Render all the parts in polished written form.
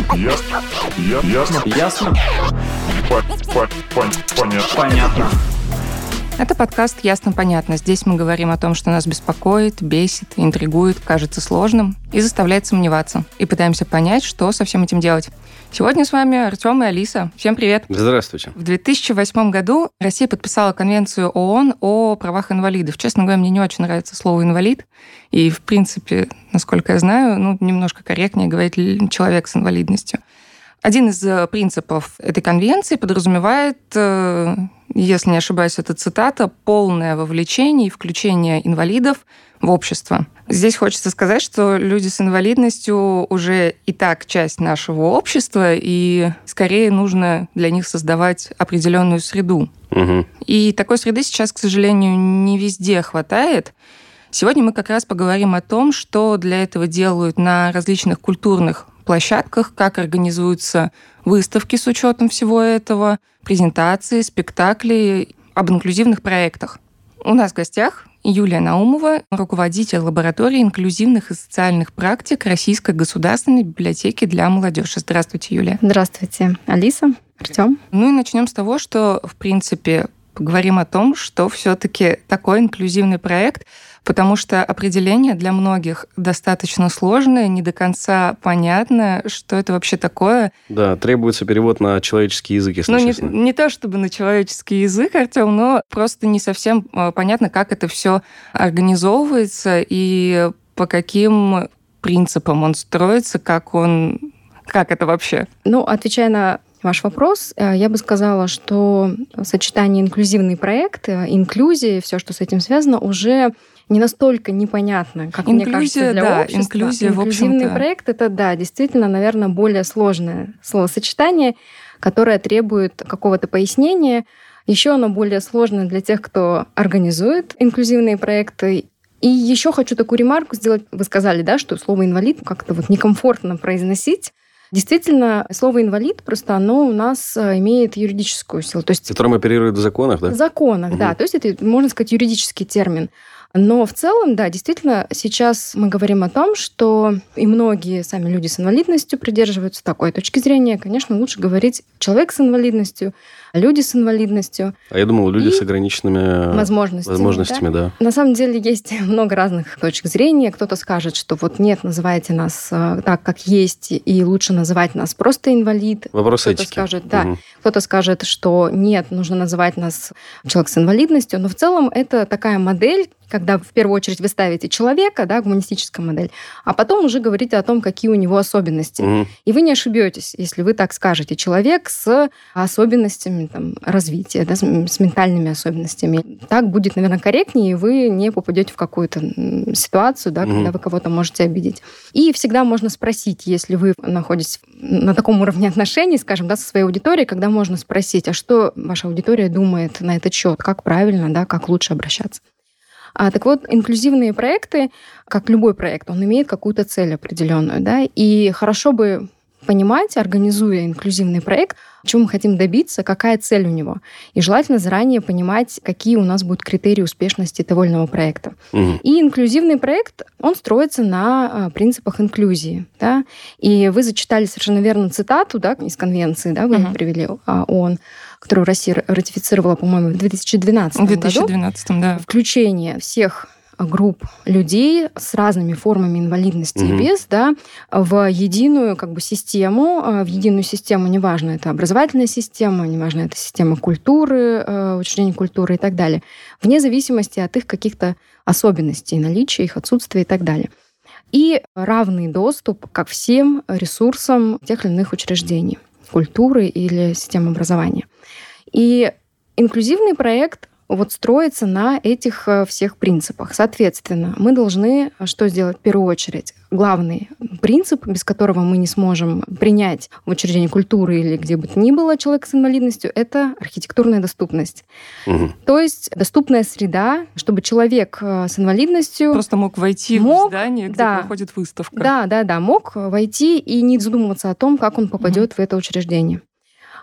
Ясно? Понятно. Это подкаст «Ясно-понятно». Здесь мы говорим о том, что нас беспокоит, бесит, интригует, кажется сложным и заставляет сомневаться. И пытаемся понять, что со всем этим делать. Сегодня с вами Артем и Алиса. Всем привет. Здравствуйте. В 2008 году Россия подписала Конвенцию ООН о правах инвалидов. Честно говоря, мне не очень нравится слово «инвалид». И, в принципе, насколько я знаю, немножко корректнее говорить «человек с инвалидностью». Один из принципов этой конвенции подразумевает, если не ошибаюсь, это цитата, полное вовлечение и включение инвалидов в общество. Здесь хочется сказать, что люди с инвалидностью уже и так часть нашего общества, и скорее нужно для них создавать определенную среду. Угу. И такой среды сейчас, к сожалению, не везде хватает. Сегодня мы как раз поговорим о том, что для этого делают на различных культурных площадках, как организуются выставки с учетом всего этого, презентации, спектакли, об инклюзивных проектах. У нас в гостях Юлия Наумова, руководитель лаборатории инклюзивных и социальных практик Российской государственной библиотеки для молодежи. Здравствуйте, Юлия. Здравствуйте, Алиса, Артем. И начнем с того, что, в принципе, поговорим о том, что все-таки такой инклюзивный проект, потому что определение для многих достаточно сложное, не до конца понятно, что это вообще такое. Да, требуется перевод на человеческий язык, если честно. Не то чтобы на человеческий язык, Артем, но просто не совсем понятно, как это все организовывается и по каким принципам он строится, как это вообще. Отвечая на ваш вопрос, я бы сказала, что сочетание инклюзивный проект, инклюзия, все, что с этим связано, уже не настолько непонятно, как мне кажется, для общества. Инклюзия, инклюзивный проект — это, действительно, наверное, более сложное словосочетание, которое требует какого-то пояснения. Еще оно более сложное для тех, кто организует инклюзивные проекты. И еще хочу такую ремарку сделать. Вы сказали, что слово «инвалид» как-то некомфортно произносить. Действительно, слово «инвалид» просто оно у нас имеет юридическую силу. То есть, которым оперирует в законах, да? В законах, да. То есть это, можно сказать, юридический термин. Но в целом, действительно, сейчас мы говорим о том, что и многие сами люди с инвалидностью придерживаются такой точки зрения. Конечно, лучше говорить «человек с инвалидностью», «люди с инвалидностью». А я думал, люди с ограниченными возможностями, да. На самом деле есть много разных точек зрения. Кто-то скажет, что нет, называйте нас так, как есть, и лучше называть нас просто инвалид. Вопрос кто-то этики. Скажет, кто-то скажет, что нет, нужно называть нас человек с инвалидностью. Но в целом это такая модель, когда в первую очередь вы ставите человека, гуманистическая модель, а потом уже говорите о том, какие у него особенности. И вы не ошибетесь, если вы так скажете. Человек с особенностями развития, с ментальными особенностями. Так будет, наверное, корректнее, и вы не попадете в какую-то ситуацию, когда вы кого-то можете обидеть. И всегда можно спросить, если вы находитесь на таком уровне отношений, скажем, со своей аудиторией, когда можно спросить, а что ваша аудитория думает на этот счет, как правильно, как лучше обращаться. Так вот, инклюзивные проекты, как любой проект, он имеет какую-то цель определенную, и хорошо бы понимать, организуя инклюзивный проект, чего мы хотим добиться, какая цель у него. И желательно заранее понимать, какие у нас будут критерии успешности того или иного проекта. И инклюзивный проект, он строится на принципах инклюзии. И вы зачитали совершенно верно цитату из конвенции, вы привели ООН, которую Россия ратифицировала, по-моему, в 2012 году. В 2012, да. Включение всех групп людей с разными формами инвалидности и без, в единую систему, неважно, это образовательная система, неважно, это система культуры, учреждений культуры и так далее, вне зависимости от их каких-то особенностей, наличия, их отсутствия и так далее. И равный доступ ко всем ресурсам тех или иных учреждений, культуры или системы образования. И инклюзивный проект строится на этих всех принципах. Соответственно, мы должны что сделать в первую очередь? Главный принцип, без которого мы не сможем принять в учреждении культуры или где бы то ни было человека с инвалидностью, это архитектурная доступность. То есть доступная среда, чтобы человек с инвалидностью просто мог войти в здание, где проходит выставка. Да, мог войти и не задумываться о том, как он попадет в это учреждение.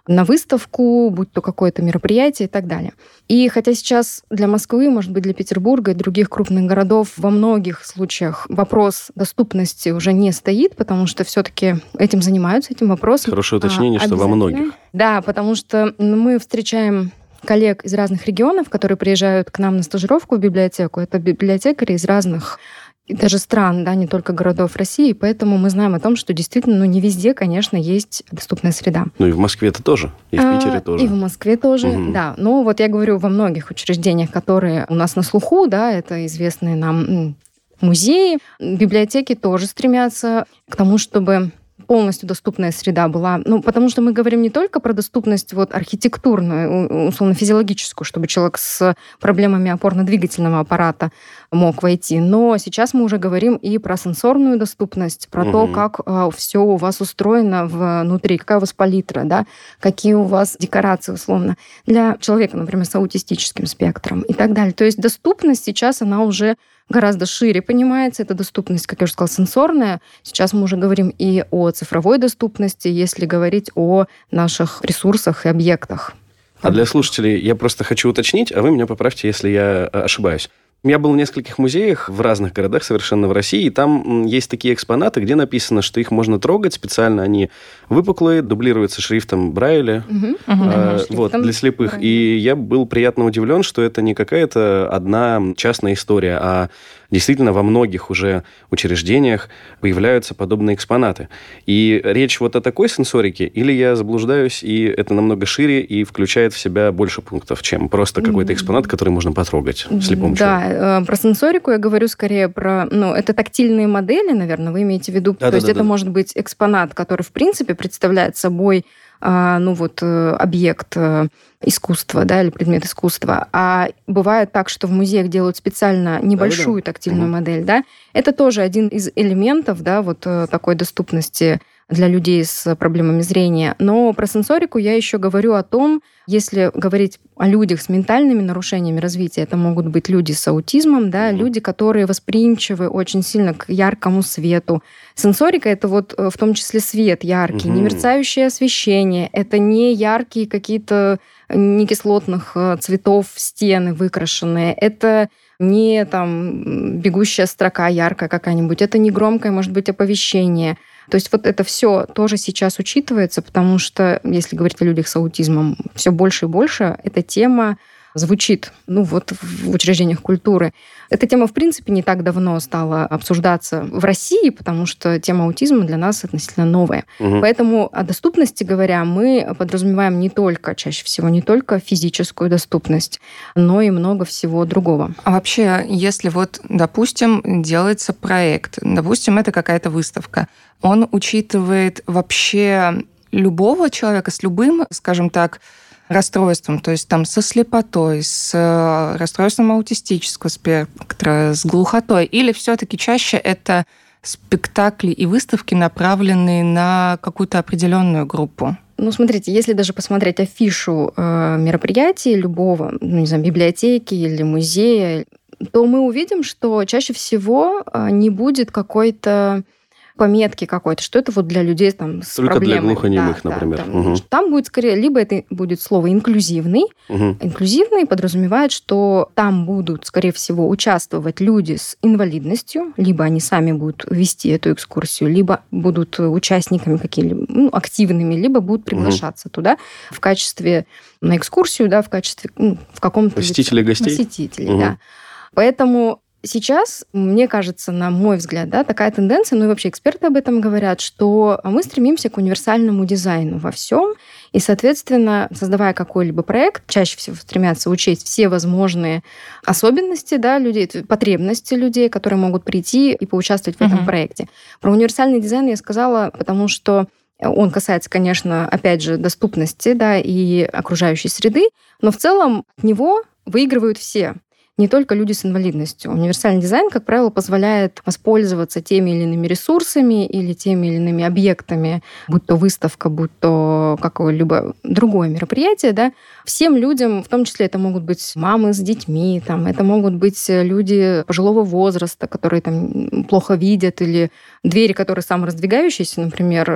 на выставку, будь то какое-то мероприятие и так далее. И хотя сейчас для Москвы, может быть, для Петербурга и других крупных городов во многих случаях вопрос доступности уже не стоит, потому что все-таки этим занимаются, этим вопросом. Хорошее уточнение, что во многих. Да, потому что мы встречаем коллег из разных регионов, которые приезжают к нам на стажировку в библиотеку. Это библиотекари из разных даже стран, да, не только городов России, поэтому мы знаем о том, что действительно, не везде, конечно, есть доступная среда. И в Москве это тоже, и в Питере тоже. И в Москве тоже, да. Но вот я говорю, во многих учреждениях, которые у нас на слуху, да, это известные нам музеи, библиотеки тоже стремятся к тому, чтобы полностью доступная среда была. Потому что мы говорим не только про доступность архитектурную, условно-физиологическую, чтобы человек с проблемами опорно-двигательного аппарата мог войти, но сейчас мы уже говорим и про сенсорную доступность, про то, как все у вас устроено внутри, какая у вас палитра, да, какие у вас декорации, условно, для человека, например, с аутистическим спектром и так далее. То есть доступность сейчас, она уже гораздо шире понимается. Это доступность, как я уже сказала, сенсорная. Сейчас мы уже говорим и о цифровой доступности, если говорить о наших ресурсах и объектах. А для слушателей я просто хочу уточнить, а вы меня поправьте, если я ошибаюсь. Я был в нескольких музеях в разных городах совершенно в России, и там есть такие экспонаты, где написано, что их можно трогать специально, они выпуклые, дублируются шрифтом Брайля, для слепых. Брайля. И я был приятно удивлен, что это не какая-то одна частная история, а действительно во многих уже учреждениях появляются подобные экспонаты. И речь вот о такой сенсорике, или я заблуждаюсь, и это намного шире и включает в себя больше пунктов, чем просто какой-то экспонат, который можно потрогать слепому человеку? Да, про сенсорику я говорю скорее про... это тактильные модели, наверное, вы имеете в виду. То есть это может быть экспонат, который, в принципе, представляет собой объект искусства, да, или предмет искусства. А бывает так, что в музеях делают специально небольшую тактильную модель, да. Это тоже один из элементов, да, такой доступности для людей с проблемами зрения. Но про сенсорику я еще говорю о том, если говорить о людях с ментальными нарушениями развития, это могут быть люди с аутизмом, да, люди, которые восприимчивы очень сильно к яркому свету. Сенсорика — это в том числе свет яркий, не мерцающее освещение, это не яркие какие-то некислотных цветов стены выкрашенные, это не бегущая строка яркая какая-нибудь, это не громкое, может быть, оповещение. То есть это все тоже сейчас учитывается, потому что, если говорить о людях с аутизмом, все больше и больше эта тема звучит в учреждениях культуры. Эта тема, в принципе, не так давно стала обсуждаться в России, потому что тема аутизма для нас относительно новая. Поэтому о доступности говоря, мы подразумеваем чаще всего не только физическую доступность, но и много всего другого. А вообще, если допустим, делается проект, допустим, это какая-то выставка, он учитывает вообще любого человека с любым, скажем так, расстройством, то есть со слепотой, с расстройством аутистического спектра, с глухотой, или все-таки чаще это спектакли и выставки, направленные на какую-то определенную группу? Смотрите, если даже посмотреть афишу мероприятия любого, библиотеки или музея, то мы увидим, что чаще всего не будет какой-то пометки какой-то, что это для людей с проблемами. Только для глухонемых, например. Там будет скорее, либо это будет слово «инклюзивный». Инклюзивный подразумевает, что там будут, скорее всего, участвовать люди с инвалидностью, либо они сами будут вести эту экскурсию, либо будут участниками какими-либо активными, либо будут приглашаться туда в качестве на экскурсию, да, в качестве в каком-то... Посетителей гостей? Посетителей, да. Поэтому сейчас, мне кажется, на мой взгляд, да, такая тенденция, и вообще эксперты об этом говорят, что мы стремимся к универсальному дизайну во всем, и, соответственно, создавая какой-либо проект, чаще всего стремятся учесть все возможные особенности, да, людей, потребности людей, которые могут прийти и поучаствовать в этом проекте. Про универсальный дизайн я сказала, потому что он касается, конечно, опять же, доступности, да, и окружающей среды, но в целом от него выигрывают все. не только люди с инвалидностью. Универсальный дизайн, как правило, позволяет воспользоваться теми или иными ресурсами или теми или иными объектами, будь то выставка, будь то какое-либо другое мероприятие, да, всем людям, в том числе это могут быть мамы с детьми, там, это могут быть люди пожилого возраста, которые там плохо видят, или двери, которые самораздвигающиеся, например,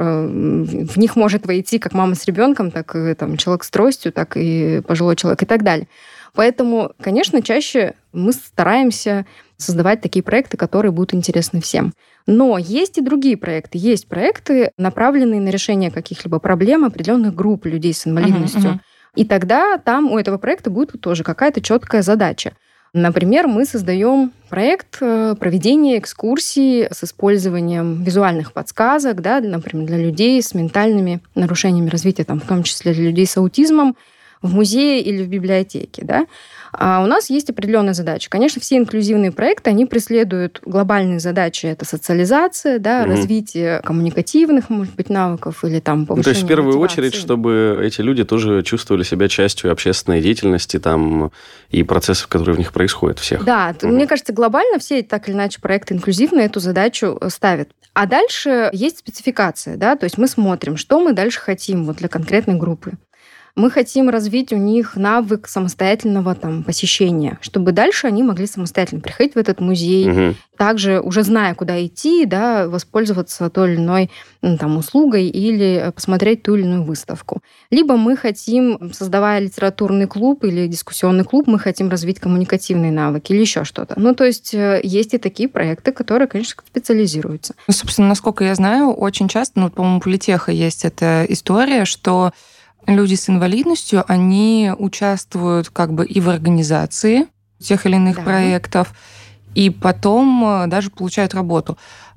в них может войти как мама с ребенком, так и там, человек с тростью, так и пожилой человек и так далее. Поэтому, конечно, чаще мы стараемся создавать такие проекты, которые будут интересны всем. Но есть и другие проекты. Есть проекты, направленные на решение каких-либо проблем определенных групп людей с инвалидностью. И тогда там у этого проекта будет тоже какая-то четкая задача. Например, мы создаем проект проведения экскурсий с использованием визуальных подсказок, да, например, для людей с ментальными нарушениями развития, там, в том числе для людей с аутизмом, в музее или в библиотеке. Да? А у нас есть определенная задача. Конечно, все инклюзивные проекты, они преследуют глобальные задачи. Это социализация, да, развитие коммуникативных, может быть, навыков или там повышение то есть, в первую мотивации. очередь, чтобы эти люди тоже чувствовали себя частью общественной деятельности там, и процессов, которые в них происходят, всех. Да, мне кажется, глобально все так или иначе проекты инклюзивные эту задачу ставят. А дальше есть спецификация, да, то есть мы смотрим, что мы дальше хотим вот для конкретной группы. Мы хотим развить у них навык самостоятельного там, посещения, чтобы дальше они могли самостоятельно приходить в этот музей, также уже зная, куда идти, да, воспользоваться той или иной там, услугой или посмотреть ту или иную выставку. Либо мы хотим, создавая литературный клуб или дискуссионный клуб, мы хотим развить коммуникативные навыки или еще что-то. Ну, то есть есть и такие проекты, которые, конечно, специализируются. Ну, собственно, насколько я знаю, очень часто, ну, по-моему, у Политеха есть эта история, что люди с инвалидностью, они участвуют как бы и в организации тех или иных проектов, и потом даже получают работу.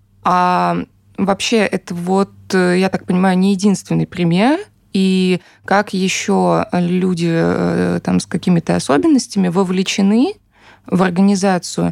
А вообще это вот, я так понимаю, не единственный пример, и как еще люди там, с какими-то особенностями вовлечены в организацию,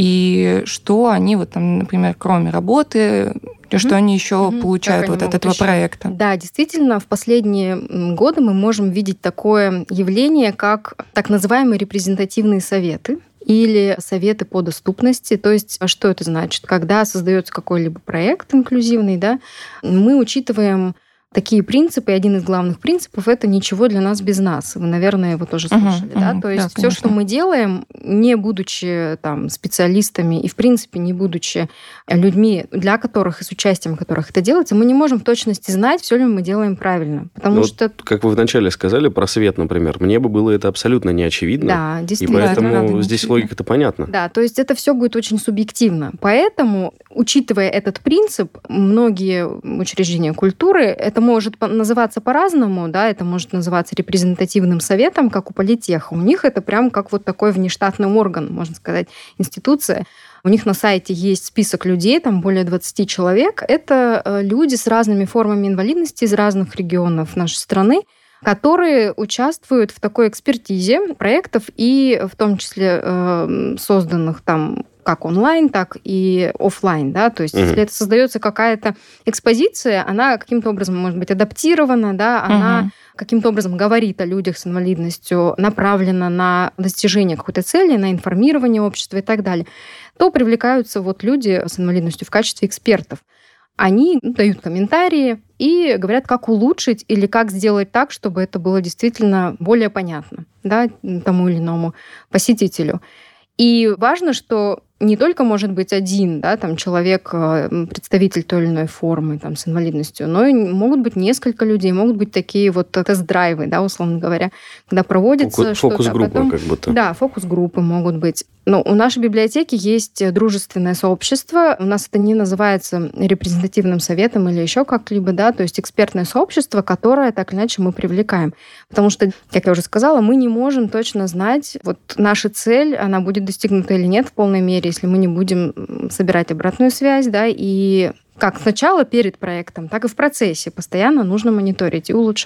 и что они, вот там, например, кроме работы, что они еще получают вот от этого проекта. Да, действительно, в последние годы мы можем видеть такое явление, как так называемые репрезентативные советы или советы по доступности. То есть, что это значит? Когда создается какой-либо проект инклюзивный, да, мы учитываем такие принципы, и один из главных принципов — это «ничего для нас без нас». Вы, наверное, его тоже слышали. Да? То есть все, что мы делаем, не будучи там, специалистами и, в принципе, не будучи людьми, для которых и с участием которых это делается, мы не можем в точности знать, все ли мы делаем правильно. Потому что... Как вы вначале сказали про свет, например, мне бы было это абсолютно не очевидно. Да, действительно. И поэтому здесь логика-то понятна. Да, то есть это все будет очень субъективно. Поэтому, учитывая этот принцип, многие учреждения культуры, это может называться по-разному, да, это может называться репрезентативным советом, как у Политеха. У них это прям как вот такой внештатный орган, можно сказать, институция. У них на сайте есть список людей, там более 20 человек. Это люди с разными формами инвалидности из разных регионов нашей страны, которые участвуют в такой экспертизе проектов и в том числе созданных там как онлайн, так и офлайн, да, то есть если это создается какая-то экспозиция, она каким-то образом может быть адаптирована, да, она каким-то образом говорит о людях с инвалидностью, направлена на достижение какой-то цели, на информирование общества и так далее, то привлекаются вот люди с инвалидностью в качестве экспертов. Они дают комментарии и говорят, как улучшить или как сделать так, чтобы это было действительно более понятно, да, тому или иному посетителю. И важно, что не только может быть один, да, там, человек, представитель той или иной формы там, с инвалидностью, но и могут быть несколько людей, могут быть такие вот тест-драйвы, да, условно говоря, когда проводится что-то. Фокус-группы как будто. Да, фокус-группы могут быть. Но у нашей библиотеки есть дружественное сообщество. У нас это не называется репрезентативным советом или еще как-либо, да, то есть экспертное сообщество, которое так или иначе мы привлекаем. Потому что, как я уже сказала, мы не можем точно знать, вот наша цель, она будет достигнута или нет в полной мере, если мы не будем собирать обратную связь, да, и как сначала перед проектом, так и в процессе постоянно нужно мониторить и улучшать.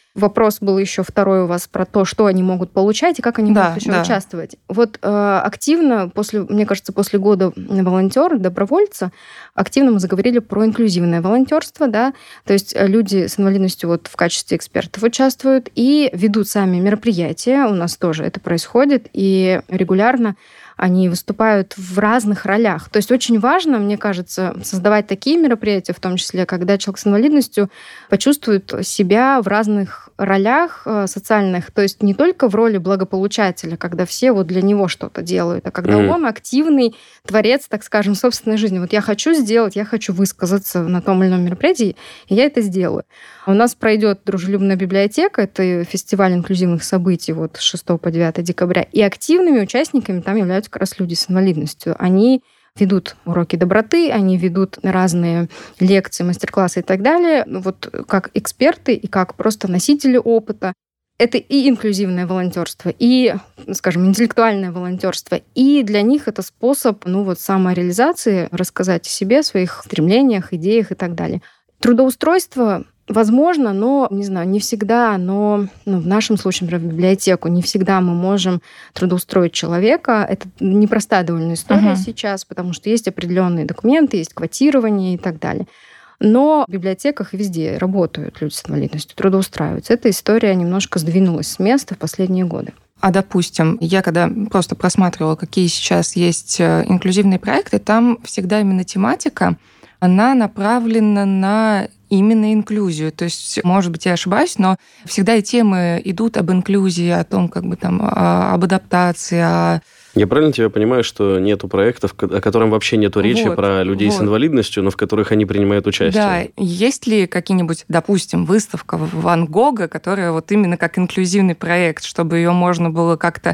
Вопрос был еще второй у вас про то, что они могут получать и как они могут еще участвовать. Вот активно, мне кажется, после года волонтера, добровольца, активно мы заговорили про инклюзивное волонтерство, да, то есть люди с инвалидностью вот в качестве экспертов участвуют и ведут сами мероприятия. У нас тоже это происходит, и регулярно они выступают в разных ролях. То есть очень важно, мне кажется, создавать такие мероприятия, в том числе, когда человек с инвалидностью почувствует себя в разных ролях социальных, то есть не только в роли благополучателя, когда все вот для него что-то делают, а когда он активный творец, так скажем, собственной жизни. Вот я хочу сделать, я хочу высказаться на том или ином мероприятии, и я это сделаю. У нас пройдет «Дружелюбная библиотека», это фестиваль инклюзивных событий вот с 6 по 9 декабря, и активными участниками там являются как раз люди с инвалидностью. Они ведут уроки доброты, они ведут разные лекции, мастер-классы и так далее, вот как эксперты и как просто носители опыта. Это и инклюзивное волонтерство, и, скажем, интеллектуальное волонтерство. И для них это способ самореализации, рассказать о себе, о своих стремлениях, идеях и так далее. Трудоустройство возможно, но, не знаю, не всегда, но в нашем случае, например, в библиотеку, не всегда мы можем трудоустроить человека. Это непростая довольно история сейчас, потому что есть определенные документы, есть квотирование и так далее. Но в библиотеках везде работают люди с инвалидностью, трудоустраиваются. Эта история немножко сдвинулась с места в последние годы. А, допустим, я когда просто просматривала, какие сейчас есть инклюзивные проекты, там всегда именно тематика, она направлена на именно инклюзию. То есть, может быть, я ошибаюсь, но всегда и темы идут об инклюзии, о том, об адаптации, Я правильно тебя понимаю, что нету проектов, о котором вообще нету речи про людей с инвалидностью, но в которых они принимают участие? Да. Есть ли какие-нибудь, допустим, выставка Ван Гога, которая вот именно как инклюзивный проект, чтобы ее можно было как-то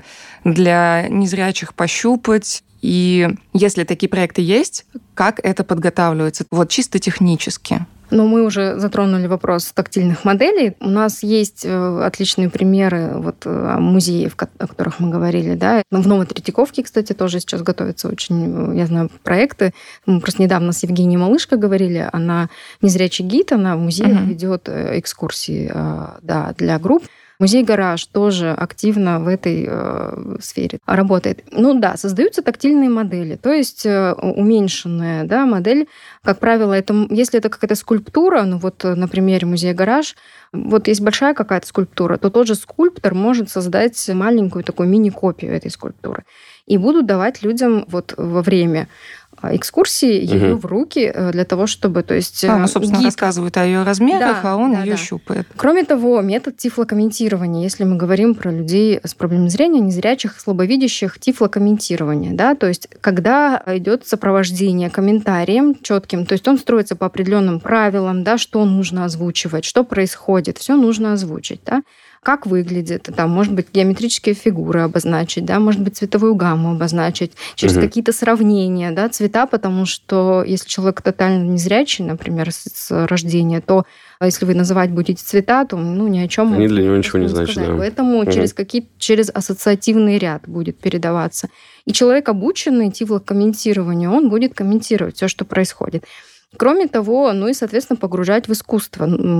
для незрячих пощупать? И если такие проекты есть, как это подготавливается? Вот чисто технически. Но мы уже затронули вопрос тактильных моделей. У нас есть отличные примеры музеев, о которых мы говорили. Да? В Новой Третьяковке, кстати, тоже сейчас готовятся очень, я знаю, проекты. Мы просто недавно с Евгенией Малышко говорили. Она незрячий гид, она в музеях ведет экскурсии для групп. Музей «Гараж» тоже активно в этой сфере работает. Создаются тактильные модели, то есть уменьшенная модель. Как правило, если это какая-то скульптура, на примере музея «Гараж», есть большая какая-то скульптура, то тот же скульптор может создать маленькую такую мини-копию этой скульптуры. И будут давать людям во время экскурсии ее в руки для того, чтобы... собственно, рассказывают о ее размерах, а он ее щупает. Кроме того, метод тифлокомментирования, если мы говорим про людей с проблемами зрения, незрячих, слабовидящих, тифлокомментирование, то есть когда идет сопровождение комментарием четким, то есть он строится по определенным правилам, что нужно озвучивать, что происходит, все нужно озвучить, как выглядит, может быть, геометрические фигуры обозначить, может быть, цветовую гамму обозначить, через какие-то сравнения, цвета, потому что если человек тотально незрячий, например, с рождения, то если вы называть будете цвета, то ни о чем они для него ничего не значат. Да. Поэтому через ассоциативный ряд будет передаваться. И человек, обученный тифлокомментированию, он будет комментировать все, что происходит. Кроме того, и, соответственно, погружать в искусство.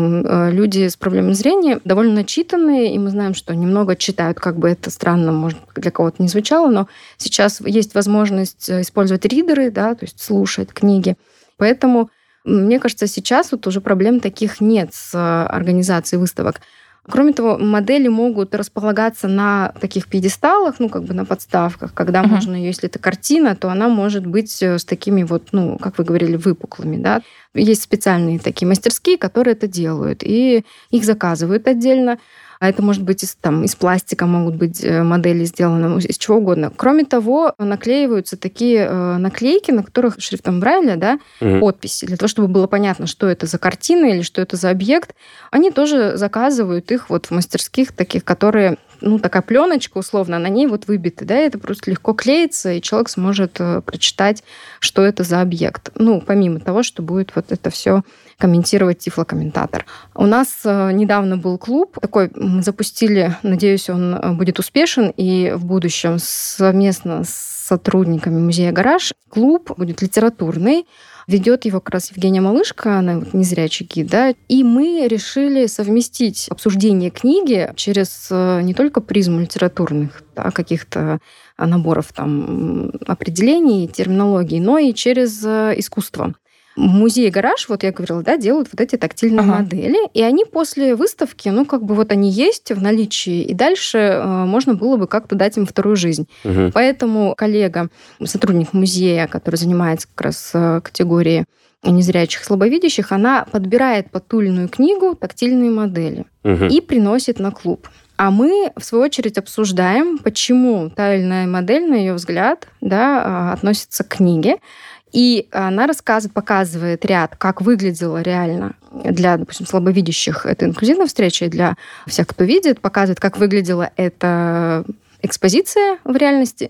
Люди с проблемами зрения довольно начитанные, и мы знаем, что немного читают, как бы это странно, может, для кого-то не звучало, но сейчас есть возможность использовать ридеры, то есть слушать книги. Поэтому, мне кажется, сейчас уже проблем таких нет с организацией выставок. Кроме того, модели могут располагаться на таких пьедесталах, на подставках, когда можно, если это картина, то она может быть с такими как вы говорили, выпуклыми. Есть специальные такие мастерские, которые это делают, и их заказывают отдельно. А это может быть из пластика, могут быть модели сделаны, из чего угодно. Кроме того, наклеиваются такие наклейки, на которых шрифтом Брайля, подписи, для того, чтобы было понятно, что это за картина или что это за объект. Они тоже заказывают их в мастерских таких, которые, такая пленочка условно, на ней выбиты, это просто легко клеится, и человек сможет прочитать, что это за объект. Помимо того, что будет это все комментировать тифлокомментатор. У нас недавно был клуб такой, мы запустили, надеюсь, он будет успешен, и в будущем совместно с сотрудниками музея «Гараж» клуб будет литературный. Ведет его как раз Евгения Малышко, она вот незрячий гид, да, и мы решили совместить обсуждение книги через не только призму литературных, да, каких-то наборов там определений, терминологий, но и через искусство. Музей «Гараж», вот я говорила, да, делают вот эти тактильные модели, и они после выставки, вот они есть в наличии, и дальше можно было бы как-то дать им вторую жизнь. Поэтому коллега, сотрудник музея, который занимается как раз категорией незрячих, слабовидящих, она подбирает под ту или иную книгу тактильные модели и приносит на клуб. А мы, в свою очередь, обсуждаем, почему та или иная модель, на ее взгляд, да, относится к книге. И она рассказывает, показывает ряд, как выглядело реально для, допустим, слабовидящих это инклюзивная встреча, и для всех, кто видит, показывает, как выглядела эта экспозиция в реальности.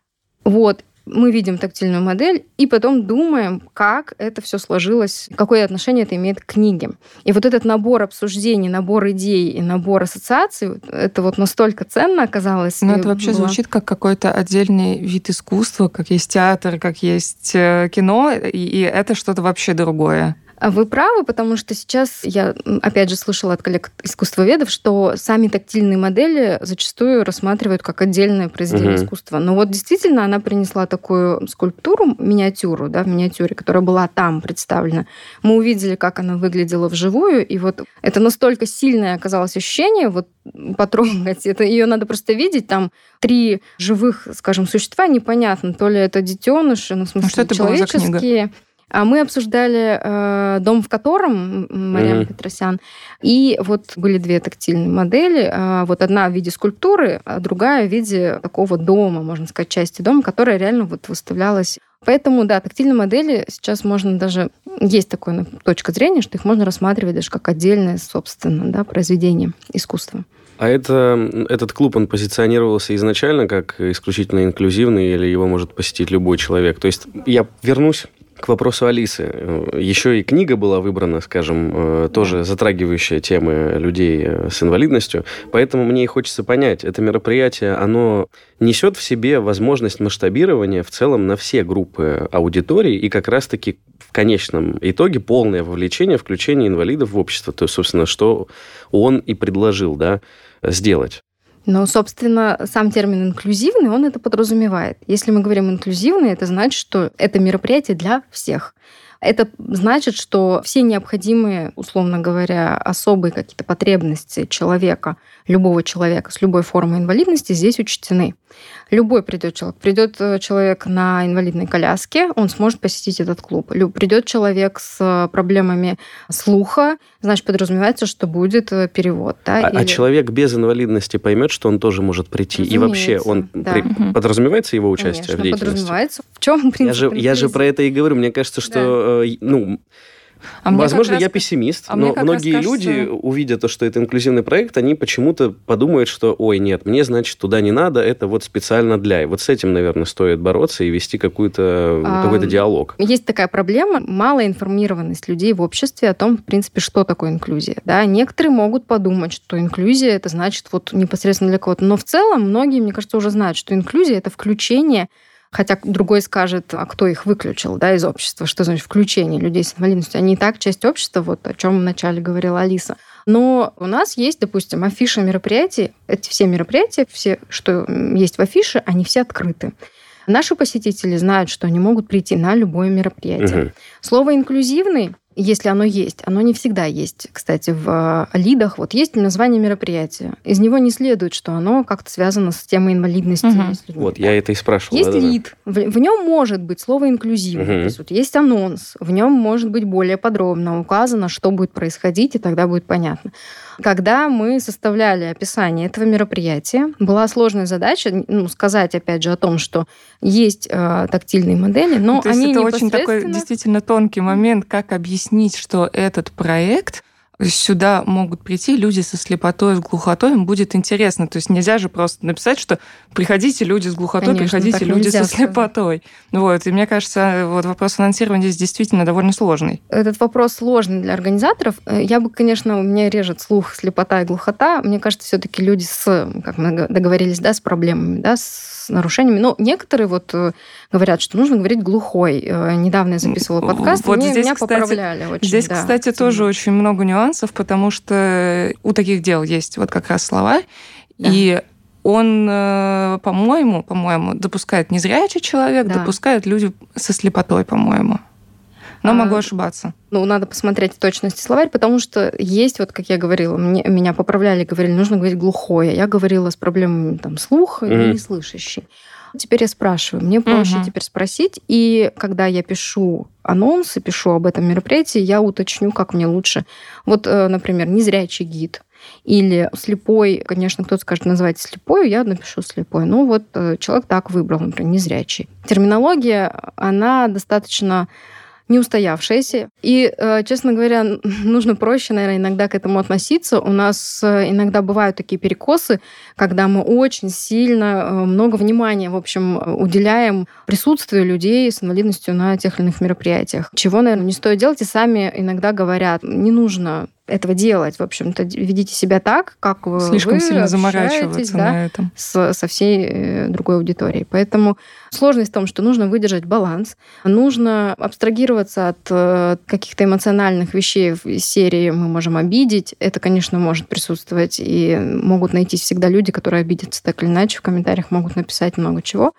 Вот. Мы видим тактильную модель и потом думаем, как это все сложилось, какое отношение это имеет к книге. И вот этот набор обсуждений, набор идей и набор ассоциаций, это вот настолько ценно оказалось. Но это вообще звучит как какой-то отдельный вид искусства, как есть театр, как есть кино, и это что-то вообще другое. Вы правы, потому что сейчас я, опять же, слышала от коллег-искусствоведов, что сами тактильные модели зачастую рассматривают как отдельное произведение искусства. Но вот действительно она принесла такую скульптуру, миниатюру, да, в миниатюре, которая была там представлена. Мы увидели, как она выглядела вживую, и вот это настолько сильное оказалось ощущение, вот потрогать, это ее надо просто видеть, там 3 живых, скажем, существа, непонятно, то ли это детеныши, ну, в смысле, что это человеческие. была за книга? А мы обсуждали «Дом в котором» Марьям Петросян. И вот были 2 тактильные модели. Вот одна в виде скульптуры, а другая в виде такого дома, можно сказать, части дома, которая реально вот выставлялась. Поэтому, да, тактильные модели сейчас можно даже... Есть такая точка зрения, что их можно рассматривать даже как отдельное, собственно, да, произведение искусства. А этот клуб, он позиционировался изначально как исключительно инклюзивный, или его может посетить любой человек? То есть я вернусь к вопросу Алисы. Еще и книга была выбрана, скажем, тоже затрагивающая темы людей с инвалидностью. Поэтому мне и хочется понять, это мероприятие, оно несет в себе возможность масштабирования в целом на все группы аудитории и как раз-таки в конечном итоге полное вовлечение, включение инвалидов в общество. То есть, собственно, что он и предложил, да, сделать. Но, собственно, сам термин «инклюзивный», он это подразумевает. Если мы говорим «инклюзивный», это значит, что это мероприятие для всех. Это значит, что все необходимые, условно говоря, особые какие-то потребности человека, любого человека с любой формой инвалидности здесь учтены. Любой придет человек на инвалидной коляске, он сможет посетить этот клуб. Придет человек с проблемами слуха, значит, подразумевается, что будет перевод. Да? А человек без инвалидности поймет, что он тоже может прийти? Разумеется, и вообще он подразумевается его участие? Конечно, в деятельности? подразумевается. В чем принцип? Я же про это и говорю. Мне кажется, что... Возможно, я пессимист, но многие люди, увидя то, что это инклюзивный проект, они почему-то подумают, что, ой, нет, мне, значит, туда не надо, это вот специально для. И вот с этим, наверное, стоит бороться и вести какой-то диалог. Есть такая проблема, малая информированность людей в обществе о том, в принципе, что такое инклюзия. Да? Некоторые могут подумать, что инклюзия, это значит вот непосредственно для кого-то. Но в целом многие, мне кажется, уже знают, что инклюзия – это включение. Хотя другой скажет, а кто их выключил, да, из общества? Что значит включение людей с инвалидностью? Они и так часть общества, вот о чем вначале говорила Алиса. Но у нас есть, допустим, афиша мероприятий. Эти все мероприятия, все, что есть в афише, они все открыты. Наши посетители знают, что они могут прийти на любое мероприятие. Слово «инклюзивный», если оно есть, оно не всегда есть. Кстати, в ЛИДах вот есть название мероприятия. Из него не следует, что оно как-то связано с темой инвалидности. Вот, я это и спрашивал. Есть ЛИД, в нем может быть слово «инклюзивный». То есть вот есть анонс, в нем может быть более подробно указано, что будет происходить, и тогда будет понятно. Когда мы составляли описание этого мероприятия, была сложная задача сказать, опять же, о том, что есть тактильные модели, но то они есть это непосредственно... очень такой действительно тонкий момент, как объяснить, что этот проект сюда могут прийти люди со слепотой, с глухотой, им будет интересно. То есть нельзя же просто написать, что приходите люди с глухотой, Конечно, приходите люди со слепотой. Вот. И мне кажется, вот вопрос анонсирования здесь действительно довольно сложный. Этот вопрос сложный для организаторов. Я бы, конечно, у меня режет слух, слепота и глухота. Мне кажется, все-таки люди как мы договорились, да, с проблемами, да, с нарушениями. Но некоторые вот говорят, что нужно говорить глухой. Недавно я записывала подкаст, вот и здесь, меня кстати, поправляли очень. Здесь, да, кстати, тоже очень много нюансов, потому что у таких дел есть вот как раз словарь, да. И он, по-моему, допускает незрячий человек, да. Допускают люди со слепотой, по-моему. Но могу ошибаться. Ну, надо посмотреть в точности словарь, потому что есть, вот как я говорила, меня поправляли, говорили, нужно говорить глухое. Я говорила с проблемами там, слуха и неслышащий. Теперь я спрашиваю. Мне проще теперь спросить. И когда я пишу анонсы, пишу об этом мероприятии, я уточню, как мне лучше. Вот, например, незрячий гид. Или слепой, конечно, кто-то скажет, называйте слепой, я напишу слепой. Ну вот человек так выбрал, например, незрячий. Терминология, она достаточно неустоявшаяся. И, честно говоря, нужно проще, наверное, иногда к этому относиться. У нас иногда бывают такие перекосы, когда мы очень сильно много внимания, в общем, уделяем присутствию людей с инвалидностью на тех или иных мероприятиях. Чего, наверное, не стоит делать, и сами иногда говорят, не нужно этого делать. В общем-то, ведите себя так, как вы слишком сильно заморачиваться, да, на этом. Со всей другой аудиторией. Поэтому сложность в том, что нужно выдержать баланс, нужно абстрагироваться от каких-то эмоциональных вещей из серии «мы можем обидеть». Это, конечно, может присутствовать, и могут найтись всегда люди, которые обидятся так или иначе, в комментариях могут написать много чего.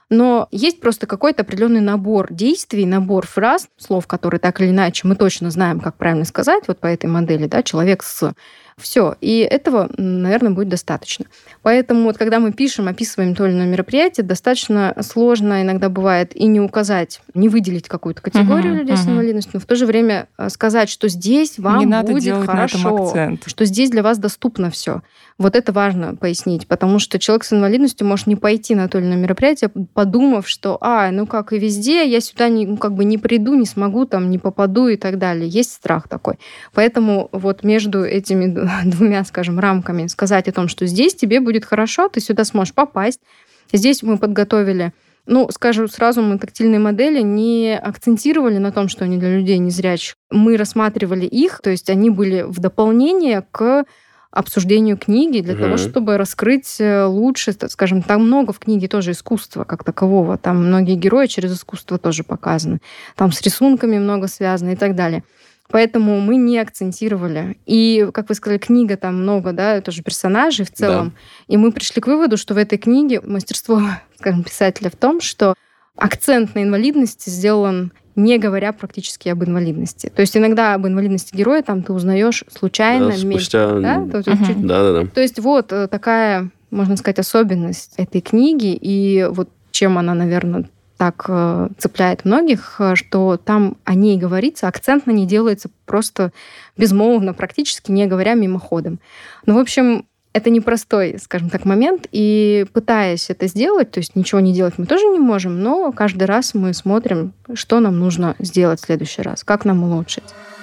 Но есть просто какой-то определенный набор действий, набор фраз, слов, которые так или иначе мы точно знаем, как правильно сказать, вот по этой модели, да, человек с... Все. И этого, наверное, будет достаточно. Поэтому вот когда мы пишем, описываем то или иное мероприятие, достаточно сложно иногда бывает и не указать, не выделить какую-то категорию людей с инвалидностью, но в то же время сказать, что здесь вам не надо будет делать хорошо, на этом акцент. Что здесь для вас доступно все. Вот это важно пояснить, потому что человек с инвалидностью может не пойти на то или иное мероприятие, подумав, что, ну как и везде, я сюда не приду, не смогу, там, не попаду и так далее. Есть страх такой. Поэтому вот между этими двумя, скажем, рамками сказать о том, что здесь тебе будет хорошо, ты сюда сможешь попасть. Здесь мы подготовили, скажу сразу, мы тактильные модели не акцентировали на том, что они для людей незрячих. Мы рассматривали их, то есть они были в дополнение к обсуждению книги для того, чтобы раскрыть лучше, скажем, там много в книге тоже искусства как такового, там многие герои через искусство тоже показаны, там с рисунками много связано и так далее. Поэтому мы не акцентировали. И, как вы сказали, книга там много, да, тоже персонажей в целом. Да. И мы пришли к выводу, что в этой книге мастерство, скажем, писателя в том, что акцент на инвалидности сделан, не говоря практически об инвалидности. То есть иногда об инвалидности героя там ты узнаешь случайно. Да, спустя... Да? Да. То есть вот такая, можно сказать, особенность этой книги. И вот чем она, наверное, так цепляет многих, что там о ней говорится, акцент на ней делается просто безмолвно, практически не говоря мимоходом. В общем, это непростой, скажем так, момент, и пытаясь это сделать, то есть ничего не делать мы тоже не можем, но каждый раз мы смотрим, что нам нужно сделать в следующий раз, как нам улучшить.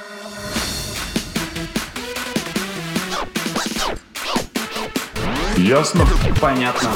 Ясно? Понятно.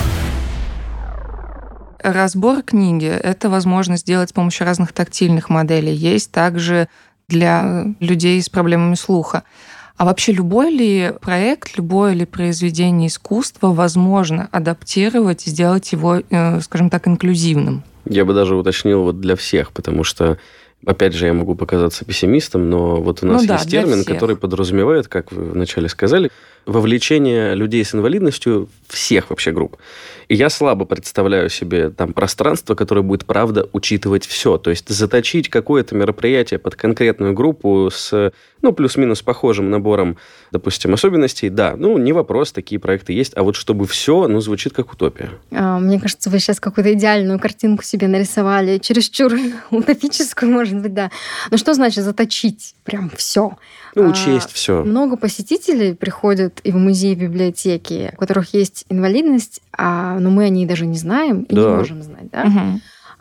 Разбор книги – это возможность сделать с помощью разных тактильных моделей. Есть также для людей с проблемами слуха. А вообще любой ли проект, любое ли произведение искусства возможно адаптировать, сделать его, скажем так, инклюзивным? Я бы даже уточнил вот для всех, потому что, опять же, я могу показаться пессимистом, но вот у нас есть термин, который подразумевает, как вы вначале сказали, вовлечение людей с инвалидностью всех вообще групп. И я слабо представляю себе там пространство, которое будет, правда, учитывать все. То есть заточить какое-то мероприятие под конкретную группу с, плюс-минус похожим набором, допустим, особенностей. Да, не вопрос, такие проекты есть. А вот чтобы все, звучит как утопия. Мне кажется, вы сейчас какую-то идеальную картинку себе нарисовали, чересчур утопическую, может быть, да. Но что значит заточить прям все? Учесть все. Много посетителей приходят и в музеи, и в библиотеки, у которых есть инвалидность, но мы о ней даже не знаем и не можем знать, да?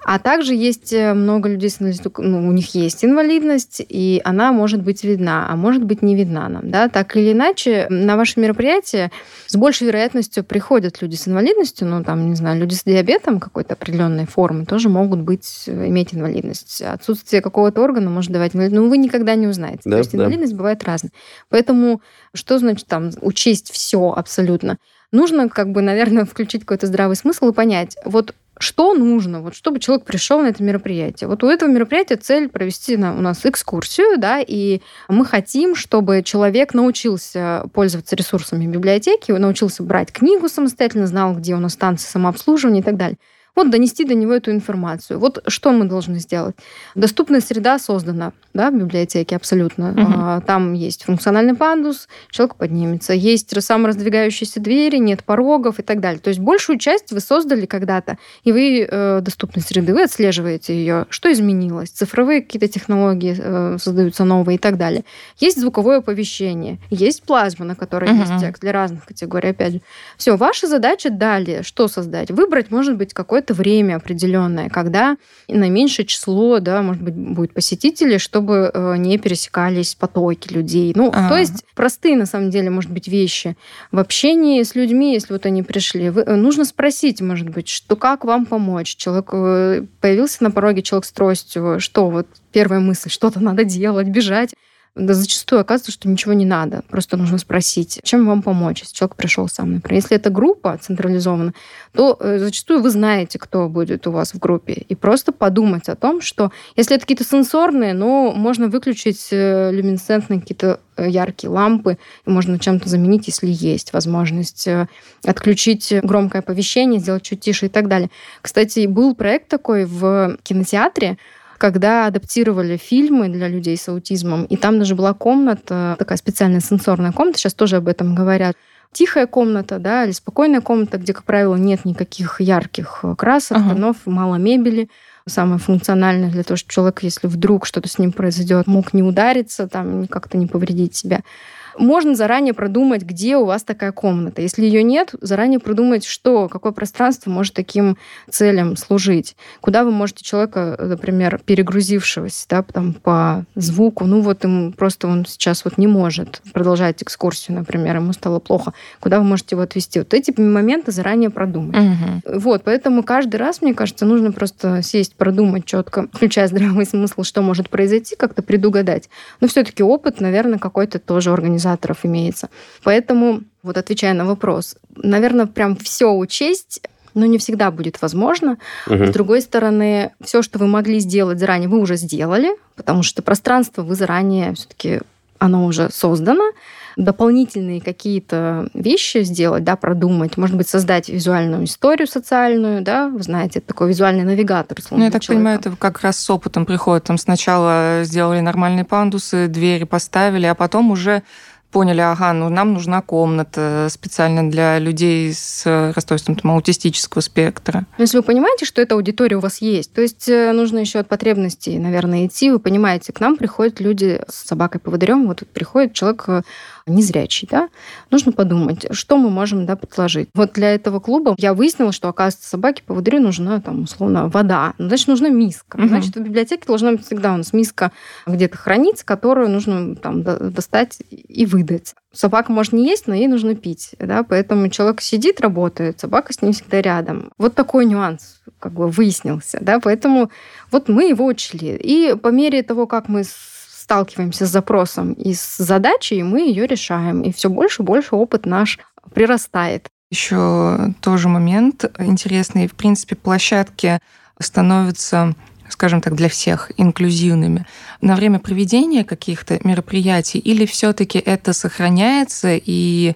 А также есть много людей с инвалидностью, у них есть инвалидность, и она может быть видна, а может быть не видна нам. Да? Так или иначе, на ваше мероприятие с большей вероятностью приходят люди с инвалидностью, не знаю, люди с диабетом какой-то определенной формы тоже могут иметь инвалидность. Отсутствие какого-то органа может давать инвалидность, вы никогда не узнаете. Да, То есть инвалидность бывает разная. Поэтому что значит учесть все абсолютно? Нужно, наверное, включить какой-то здравый смысл и понять, что нужно, чтобы человек пришел на это мероприятие. У этого мероприятия цель провести у нас экскурсию, да, и мы хотим, чтобы человек научился пользоваться ресурсами библиотеки, научился брать книгу самостоятельно, знал, где у нас станции самообслуживания и так далее. Донести до него эту информацию. Что мы должны сделать? Доступная среда создана, да, в библиотеке абсолютно. Там есть функциональный пандус, человек поднимется. Есть самораздвигающиеся двери, нет порогов и так далее. То есть большую часть вы создали когда-то, и вы доступность среды, вы отслеживаете ее. Что изменилось? Цифровые какие-то технологии создаются новые и так далее. Есть звуковое оповещение, есть плазма, на которой есть текст для разных категорий. Опять же, все, ваша задача далее, что создать? Выбрать, может быть, какое-то время определенное, когда наименьшее число, да, может быть, будет посетителей, чтобы не пересекались потоки людей. То есть простые, на самом деле, может быть, вещи. В общении с людьми, если они пришли, нужно спросить, может быть, как вам помочь. Человек появился на пороге, человек с тростью, первая мысль, что-то надо делать, бежать. Да зачастую оказывается, что ничего не надо. Просто нужно спросить, чем вам помочь, если человек пришел сам, например. Если это группа централизована, то зачастую вы знаете, кто будет у вас в группе. И просто подумать о том, что если это какие-то сенсорные, можно выключить люминесцентные какие-то яркие лампы, и можно чем-то заменить, если есть возможность отключить громкое оповещение, сделать чуть тише и так далее. Кстати, был проект такой в кинотеатре, когда адаптировали фильмы для людей с аутизмом, и там даже была комната, такая специальная сенсорная комната, сейчас тоже об этом говорят, тихая комната, да, или спокойная комната, где, как правило, нет никаких ярких красок, тонов, мало мебели, самое функциональное для того, чтобы человек, если вдруг что-то с ним произойдет, мог не удариться, как-то не повредить себя. Можно заранее продумать, где у вас такая комната. Если ее нет, заранее продумать, какое пространство может таким целям служить. Куда вы можете человека, например, перегрузившегося, да, по звуку, ему просто он сейчас не может продолжать экскурсию, например, ему стало плохо. Куда вы можете его отвезти? Эти моменты заранее продумать. Поэтому каждый раз, мне кажется, нужно просто сесть, продумать четко, включая здравый смысл, что может произойти, как-то предугадать. Но все-таки опыт, наверное, какой-то тоже организаторов имеется. Поэтому, отвечая на вопрос, наверное, прям все учесть, не всегда будет возможно. С другой стороны, все, что вы могли сделать заранее, вы уже сделали, потому что пространство вы заранее все-таки оно уже создано. Дополнительные какие-то вещи сделать, да, продумать, может быть, создать визуальную историю социальную, да, вы знаете, это такой визуальный навигатор. Я так понимаю, это как раз с опытом приходит. Сначала сделали нормальные пандусы, двери поставили, а потом уже поняли, нам нужна комната специально для людей с расстройством аутистического спектра. Если вы понимаете, что эта аудитория у вас есть, то есть нужно еще от потребностей, наверное, идти. Вы понимаете, к нам приходят люди с собакой-поводырем, приходит человек незрячий, да, нужно подумать, что мы можем, да, предложить. Для этого клуба я выяснила, что, оказывается, собаке-поводырю нужна, условно, вода. Значит, нужна миска. Значит, в библиотеке должна быть всегда у нас миска где-то хранится, которую нужно достать и выдать. Собака может не есть, но ей нужно пить, да, поэтому человек сидит, работает, собака с ним всегда рядом. Такой нюанс выяснился, да, поэтому мы его учли. И по мере того, как мы сталкиваемся с запросом и с задачей, мы ее решаем. И все больше и больше опыт наш прирастает. Еще тоже момент интересный. В принципе, площадки становятся, скажем так, для всех инклюзивными на время проведения каких-то мероприятий, или все-таки это сохраняется, и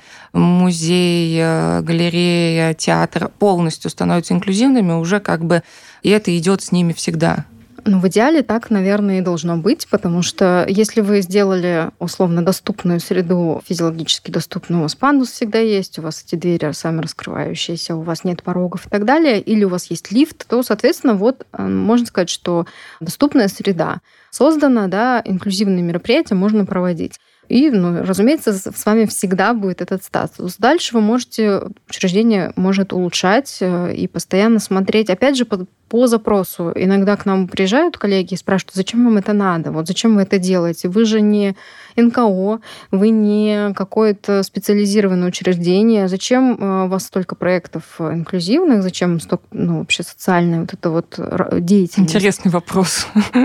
музей, галерея, театр полностью становятся инклюзивными уже и это идет с ними всегда? В идеале так, наверное, и должно быть, потому что если вы сделали условно доступную среду, физиологически доступную, у вас пандус всегда есть, у вас эти двери сами раскрывающиеся, у вас нет порогов и так далее, или у вас есть лифт, то, соответственно, можно сказать, что доступная среда создана, да, инклюзивные мероприятия можно проводить. И, разумеется, с вами всегда будет этот статус. Дальше вы можете, учреждение может улучшать и постоянно смотреть, опять же, по запросу. Иногда к нам приезжают коллеги и спрашивают, зачем вам это надо, вот зачем вы это делаете? Вы же не НКО, вы не какое-то специализированное учреждение. Зачем у вас столько проектов инклюзивных? Зачем столько, вообще социальная вот эта вот деятельность? Интересный вопрос.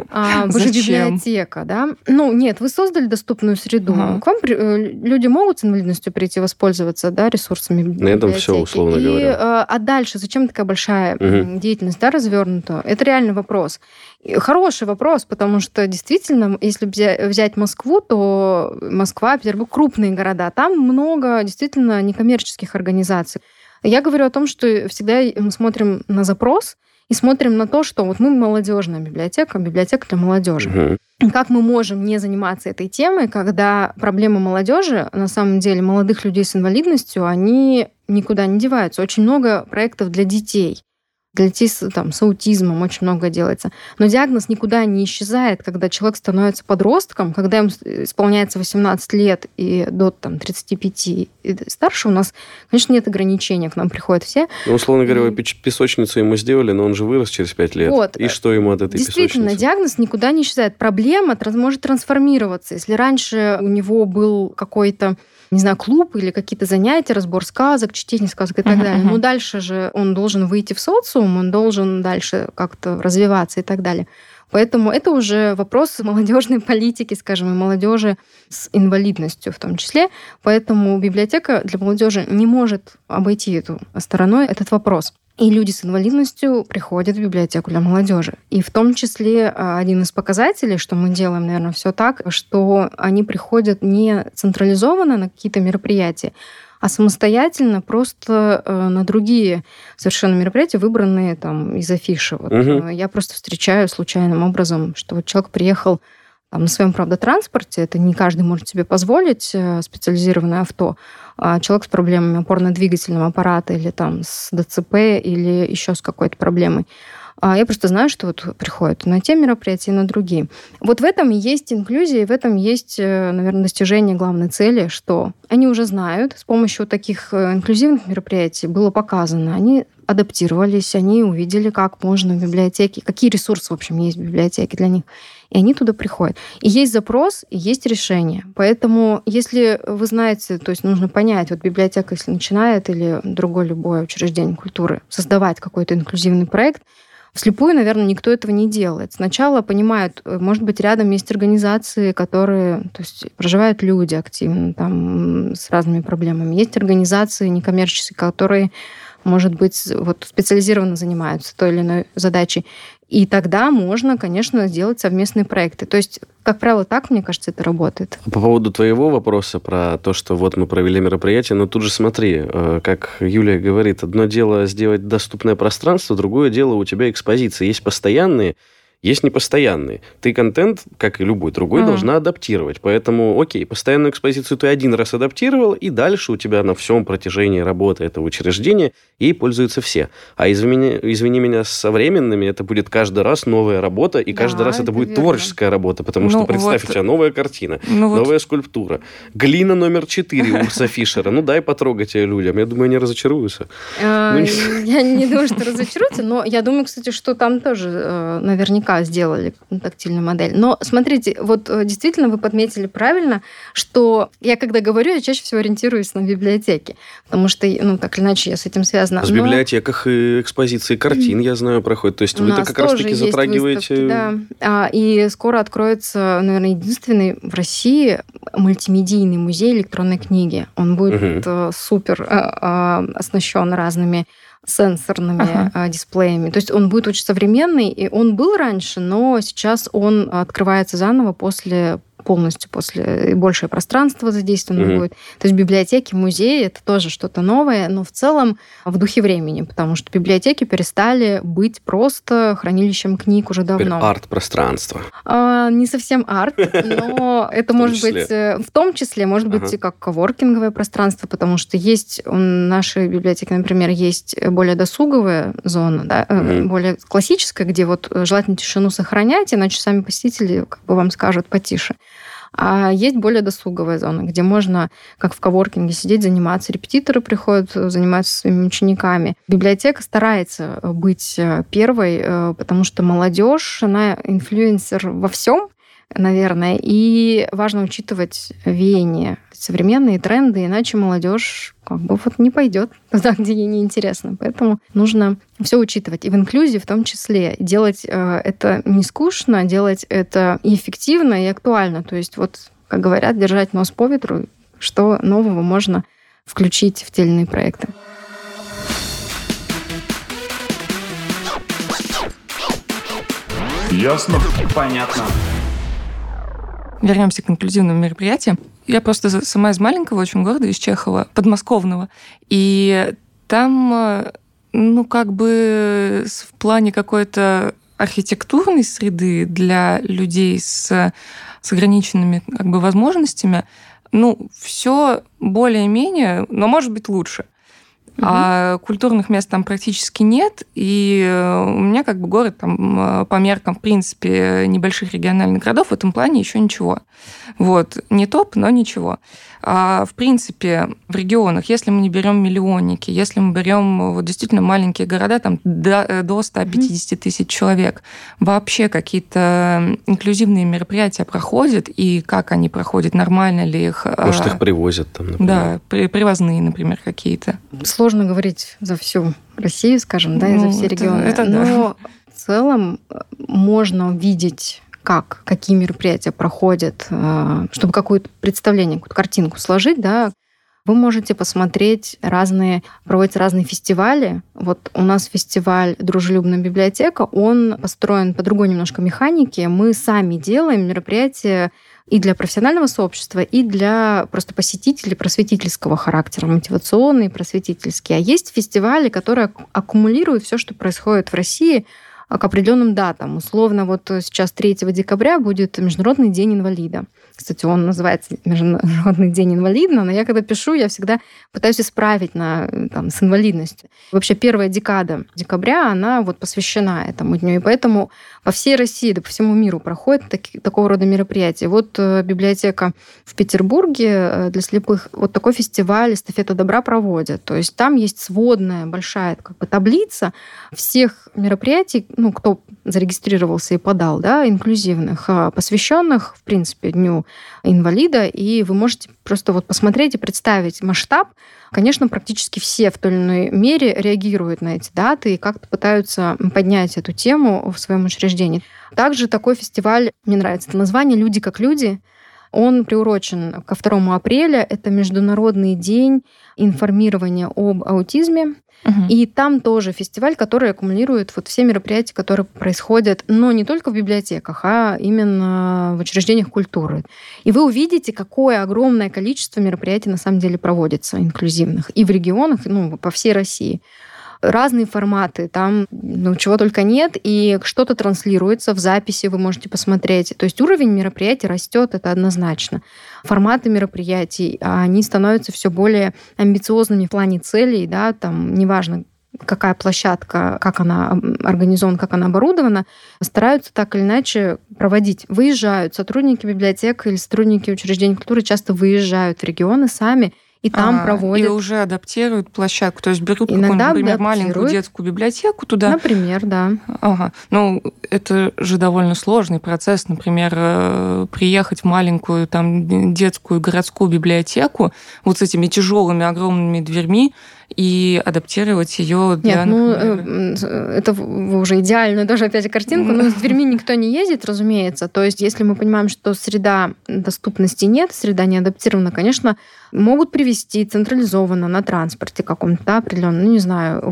Вы же библиотека, да? Нет, вы создали доступную среду. К вам люди могут с инвалидностью прийти воспользоваться, да, ресурсами библиотеки. На этом все, условно говоря. А дальше зачем такая большая деятельность, да, развернута? Это реальный вопрос. Хороший вопрос, потому что действительно, если взять Москву, то Москва, Петербург, крупные города, там много действительно некоммерческих организаций. Я говорю о том, что всегда мы смотрим на запрос и смотрим на то, что вот мы молодежная библиотека для молодежи. Как мы можем не заниматься этой темой, когда проблемы молодежи, на самом деле, молодых людей с инвалидностью, они никуда не деваются. Очень много проектов для детей. Для детей с аутизмом очень много делается. Но диагноз никуда не исчезает, когда человек становится подростком, когда ему исполняется 18 лет и до 35 и старше, у нас, конечно, нет ограничений, к нам приходят все. Условно говоря, песочницу ему сделали, но он же вырос через 5 лет. Вот. И что ему от этой песочницы? Действительно, диагноз никуда не исчезает. Проблема может трансформироваться. Если раньше у него был какой-то клуб или какие-то занятия, разбор сказок, чтение сказок и так далее. Но дальше же он должен выйти в социум, он должен дальше как-то развиваться и так далее. Поэтому это уже вопрос молодежной политики, скажем, и молодежи с инвалидностью в том числе. Поэтому библиотека для молодежи не может обойти эту стороной этот вопрос. И люди с инвалидностью приходят в библиотеку для молодежи. И в том числе один из показателей, что мы делаем, наверное, все так, что они приходят не централизованно на какие-то мероприятия, а самостоятельно просто на другие совершенно мероприятия, выбранные из афиши. Я просто встречаю случайным образом, что человек приехал на своем, правда, транспорте, это не каждый может себе позволить, специализированное авто, а человек с проблемами опорно-двигательного аппарата или с ДЦП или еще с какой-то проблемой. Я просто знаю, что приходят на те мероприятия и на другие. Вот в этом и есть инклюзия, и в этом есть, наверное, достижение главной цели, что они уже знают, с помощью таких инклюзивных мероприятий было показано, они адаптировались, они увидели, как можно в библиотеке, какие ресурсы, в общем, есть в библиотеке для них, и они туда приходят. И есть запрос, и есть решение. Поэтому, если вы знаете, то есть нужно понять, библиотека, если начинает, или другое любое учреждение культуры создавать какой-то инклюзивный проект, вслепую, наверное, никто этого не делает. Сначала понимают, может быть, рядом есть организации, которые, то есть проживают люди активно, с разными проблемами. Есть организации некоммерческие, которые, может быть, специализированно занимаются той или иной задачей. И тогда можно, конечно, сделать совместные проекты. То есть, как правило, так, мне кажется, это работает. По поводу твоего вопроса про то, что мы провели мероприятие, но тут же смотри, как Юлия говорит, одно дело сделать доступное пространство, другое дело у тебя экспозиции. Есть постоянные, есть непостоянные. Ты контент, как и любой другой, должна адаптировать. Поэтому, окей, постоянную экспозицию ты один раз адаптировал, и дальше у тебя на всем протяжении работы этого учреждения ей пользуются все. А извини меня, со временными это будет каждый раз новая работа, и каждый раз это будет творческая работа, потому что, представь, у тебя новая картина, новая скульптура, глина номер 4 Урса Фишера. Дай потрогать ее людям. Я думаю, они разочаруются. Я не думаю, что разочаруются, но я думаю, кстати, что там тоже наверняка сделали тактильную модель. Но смотрите, действительно вы подметили правильно, что я когда говорю, я чаще всего ориентируюсь на библиотеки, потому что, так или иначе, я с этим связана. В библиотеках и экспозиции картин, я знаю, проходят. То есть вы-то как раз-таки затрагиваете... Выставки, да. И скоро откроется, наверное, единственный в России мультимедийный музей электронной книги. Он будет супер оснащен разными сенсорными дисплеями. То есть он будет очень современный, и он был раньше, но сейчас он открывается заново полностью после, и большее пространство задействовано будет. То есть библиотеки, музеи — это тоже что-то новое, но в целом в духе времени, потому что библиотеки перестали быть просто хранилищем книг уже давно. Теперь арт-пространство. Не совсем арт, но это может быть, в том числе, может быть и как коворкинговое пространство, потому что есть в нашей библиотеке, например, есть более досуговая зона, да, более классическая, где желательно тишину сохранять, иначе сами посетители вам скажут потише. А есть более досуговая зона, где можно, как в коворкинге, сидеть, заниматься. Репетиторы приходят, занимаются своими учениками. Библиотека старается быть первой, потому что молодежь, она инфлюенсер во всем, наверное, и важно учитывать веяния, современные тренды, иначе молодежь не пойдет туда, где ей неинтересно. Поэтому нужно все учитывать. И в инклюзии в том числе. Делать это не скучно, делать это и эффективно, и актуально. То есть, как говорят, держать нос по ветру, что нового можно включить в те или иные проекты. Ясно? Понятно. Вернемся к инклюзивным мероприятиям. Я просто сама из маленького очень города, из Чехова, подмосковного. И там, в плане какой-то архитектурной среды для людей с ограниченными возможностями, все более-менее, но может быть лучше. А культурных мест там практически нет, и у меня город там по меркам, в принципе, небольших региональных городов в этом плане еще ничего. Не топ, но ничего. А в принципе, в регионах, если мы не берем миллионники, если мы берем действительно маленькие города, там до 150 тысяч человек, вообще какие-то инклюзивные мероприятия проходят, и как они проходят, нормально ли их? Может, их привозят там, например. Да, привозные, например, какие-то. Сложно говорить за всю Россию, скажем, и за все регионы. Но в целом можно увидеть, какие мероприятия проходят, чтобы какое-то представление, какую-то картинку сложить, да. Вы можете посмотреть проводятся разные фестивали. У нас фестиваль «Дружелюбная библиотека», он построен по другой немножко механике. Мы сами делаем мероприятия и для профессионального сообщества, и для просто посетителей просветительского характера, мотивационные, просветительские. А есть фестивали, которые аккумулируют все, что происходит в России, к определенным датам. Условно, сейчас 3 декабря будет Международный день инвалида. Кстати, он называется Международный день инвалида, но я когда пишу, я всегда пытаюсь исправить с инвалидностью. Вообще, первая декада декабря, она посвящена этому дню. И поэтому по всей России, да по всему миру проходят такого рода мероприятия. Библиотека в Петербурге для слепых такой фестиваль «Эстафета добра» проводят. То есть там есть сводная большая таблица всех мероприятий, кто зарегистрировался и подал, да, инклюзивных, посвященных, в принципе, Дню инвалида, и вы можете просто посмотреть и представить масштаб. Конечно, практически все в той или иной мере реагируют на эти даты и как-то пытаются поднять эту тему в своем учреждении. Также такой фестиваль, мне нравится это название «Люди как люди», он приурочен ко 2 апреля. Это Международный день информирования об аутизме. И там тоже фестиваль, который аккумулирует все мероприятия, которые происходят, но не только в библиотеках, а именно в учреждениях культуры. И вы увидите, какое огромное количество мероприятий на самом деле проводится инклюзивных и в регионах, по всей России. Разные форматы, там чего только нет, и что-то транслируется в записи, вы можете посмотреть. То есть уровень мероприятий растет, это однозначно. Форматы мероприятий, они становятся все более амбициозными в плане целей, да, там неважно, какая площадка, как она организована, как она оборудована, стараются так или иначе проводить. Выезжают сотрудники библиотек или сотрудники учреждений культуры, часто выезжают в регионы сами, и там проводят. И уже адаптируют площадку. То есть берут какую-нибудь, например, маленькую детскую библиотеку туда. Например, да. Ага. Это же довольно сложный процесс. Например, приехать в маленькую детскую городскую библиотеку с этими тяжелыми огромными дверьми и адаптировать ее для... это уже идеальную даже опять картинку, но с дверьми никто не ездит, разумеется. То есть если мы понимаем, что среда доступности нет, среда не адаптирована, конечно, могут привезти централизованно на транспорте каком-то определенном, не знаю.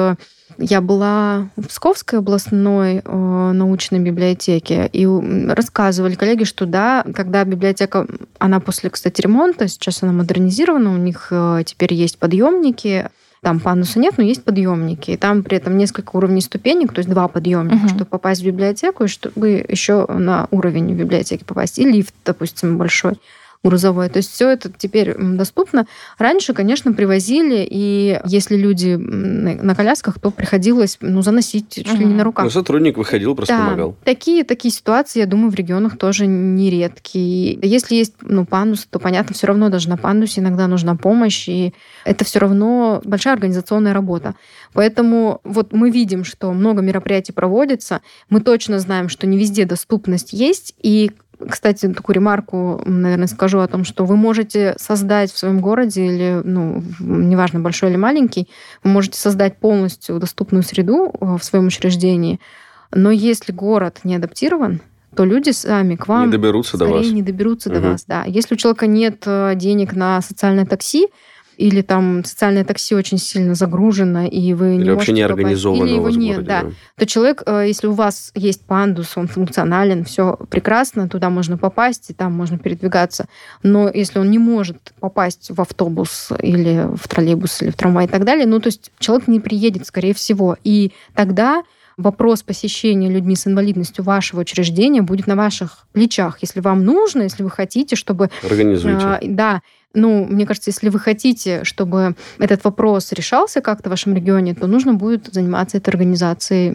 Я была в Псковской областной научной библиотеке, и рассказывали коллеги, что да, когда библиотека, она после, кстати, ремонта, сейчас она модернизирована, у них теперь есть подъемники, там пандуса нет, но есть подъемники, и там при этом несколько уровней ступенек, то есть 2 подъемника, чтобы попасть в библиотеку, и чтобы еще на уровень библиотеки попасть, и лифт, допустим, большой. грузовой. То есть все это теперь доступно. Раньше, конечно, привозили, и если люди на колясках, то приходилось заносить чуть ли не на руках. Сотрудник выходил, просто помогал. Такие ситуации, я думаю, в регионах тоже нередкие. Если есть пандус, то, понятно, все равно даже на пандусе иногда нужна помощь, и это все равно большая организационная работа. Поэтому вот мы видим, что много мероприятий проводится, мы точно знаем, что не везде доступность есть, и кстати, такую ремарку, наверное, скажу о том, что вы можете создать в своем городе или, неважно, большой или маленький, вы можете создать полностью доступную среду в своем учреждении, но если город не адаптирован, то люди сами к вам не доберутся до вас. Не доберутся до вас, да. Если у человека нет денег на социальное такси, или там социальное такси очень сильно загружено, и вы или не вообще можете не организовано или его у вас в нет, городе, да, то человек, если у вас есть пандус, он функционален, все прекрасно, туда можно попасть, и там можно передвигаться. Но если он не может попасть в автобус или в троллейбус, или в трамвай и так далее, то есть человек не приедет, скорее всего. И тогда вопрос посещения людьми с инвалидностью вашего учреждения будет на ваших плечах. Если вам нужно, если вы хотите, чтобы... Организуйте. Да. Мне кажется, если вы хотите, чтобы этот вопрос решался как-то в вашем регионе, то нужно будет заниматься этой организацией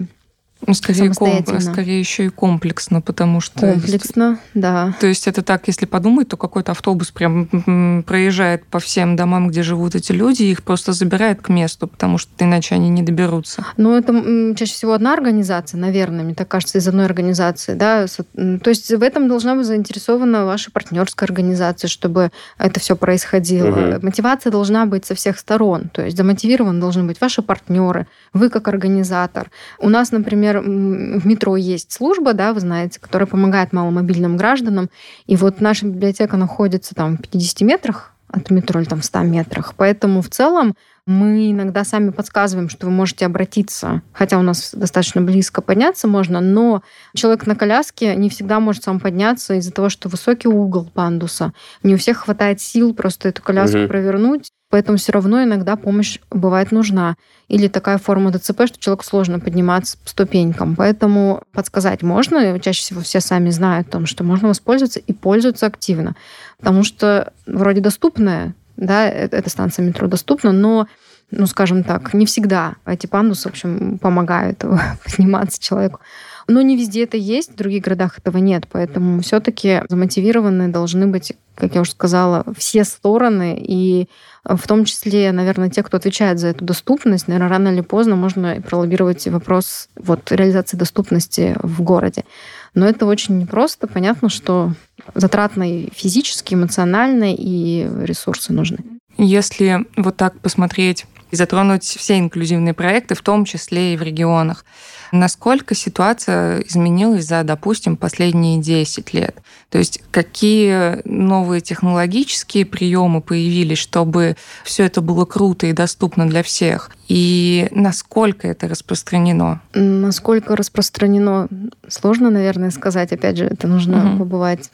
скорее еще и комплексно, потому что... Комплексно, да. То есть это так, если подумать, то какой-то автобус прям проезжает по всем домам, где живут эти люди, и их просто забирает к месту, потому что иначе они не доберутся. Это чаще всего одна организация, наверное, мне так кажется, из одной организации, да. То есть в этом должна быть заинтересована ваша партнерская организация, чтобы это все происходило. Мотивация должна быть со всех сторон, то есть замотивированы должны быть ваши партнеры, вы как организатор. У нас, например, в метро есть служба, да, вы знаете, которая помогает маломобильным гражданам. И вот наша библиотека находится там в 50 метрах от метро или там в 100 метрах. Поэтому в целом мы иногда сами подсказываем, что вы можете обратиться, хотя у нас достаточно близко подняться можно, но человек на коляске не всегда может сам подняться из-за того, что высокий угол пандуса. Не у всех хватает сил просто эту коляску провернуть. Поэтому все равно иногда помощь бывает нужна. Или такая форма ДЦП, что человеку сложно подниматься по ступенькам. Поэтому подсказать можно. Чаще всего все сами знают о том, что можно воспользоваться и пользоваться активно. Потому что вроде доступная, да, эта станция метро доступна, но, скажем так, не всегда эти пандусы, в общем, помогают подниматься человеку. Но не везде это есть, в других городах этого нет. Поэтому все-таки замотивированы должны быть, как я уже сказала, все стороны. И в том числе, наверное, те, кто отвечает за эту доступность, наверное, рано или поздно можно пролоббировать вопрос реализации доступности в городе. Но это очень непросто. Понятно, что затратно и физически, эмоционально, и ресурсы нужны. Если вот так посмотреть и затронуть все инклюзивные проекты, в том числе и в регионах, насколько ситуация изменилась за, допустим, последние 10 лет? То есть какие новые технологические приемы появились, чтобы все это было круто и доступно для всех? И насколько это распространено? Насколько распространено, сложно, наверное, сказать. Опять же, это нужно побывать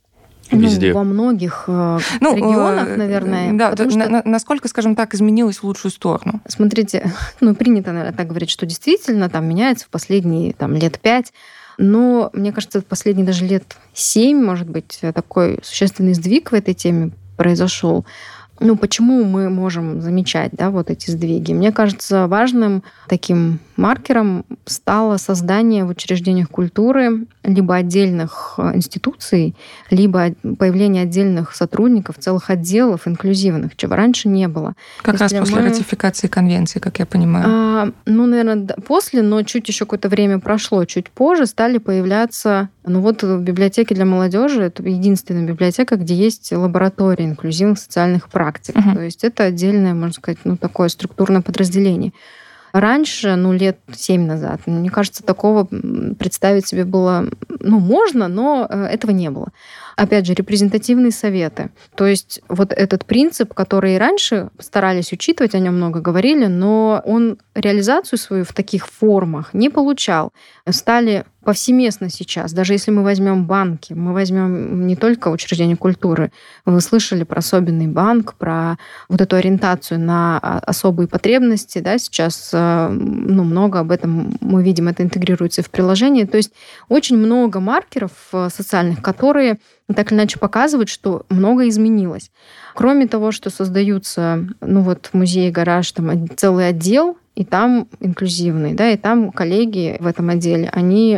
везде. Во многих регионах, наверное. Да, насколько, скажем так, изменилось в лучшую сторону? Смотрите, принято, наверное, так говорить, что действительно там меняется в последние лет 5. Но, мне кажется, в последние даже лет 7, может быть, такой существенный сдвиг в этой теме произошел. Почему мы можем замечать, эти сдвиги? Мне кажется, важным таким маркером стало создание в учреждениях культуры либо отдельных институций, либо появление отдельных сотрудников, целых отделов инклюзивных, чего раньше не было. Как раз после ратификации конвенции, как я понимаю. Наверное, после, но чуть еще какое-то время прошло, чуть позже стали появляться... в библиотеке для молодежи, это единственная библиотека, где есть лаборатория инклюзивных социальных практик. То есть это отдельное, можно сказать, такое структурное подразделение. Раньше, лет 7 назад, мне кажется, такого представить себе было, можно, но этого не было. Опять же, репрезентативные советы. То есть этот принцип, который раньше старались учитывать, о нем много говорили, но он реализацию свою в таких формах не получал. Стали повсеместно сейчас. Даже если мы возьмем банки, мы возьмем не только учреждения культуры. Вы слышали про особенный банк, про вот эту ориентацию на особые потребности. Да? Сейчас много об этом мы видим, это интегрируется в приложении. То есть очень много маркеров социальных, которые так или иначе показывают, что многое изменилось. Кроме того, что создаются, в музее «Гараж» там целый отдел, и там инклюзивный, да, и там коллеги в этом отделе,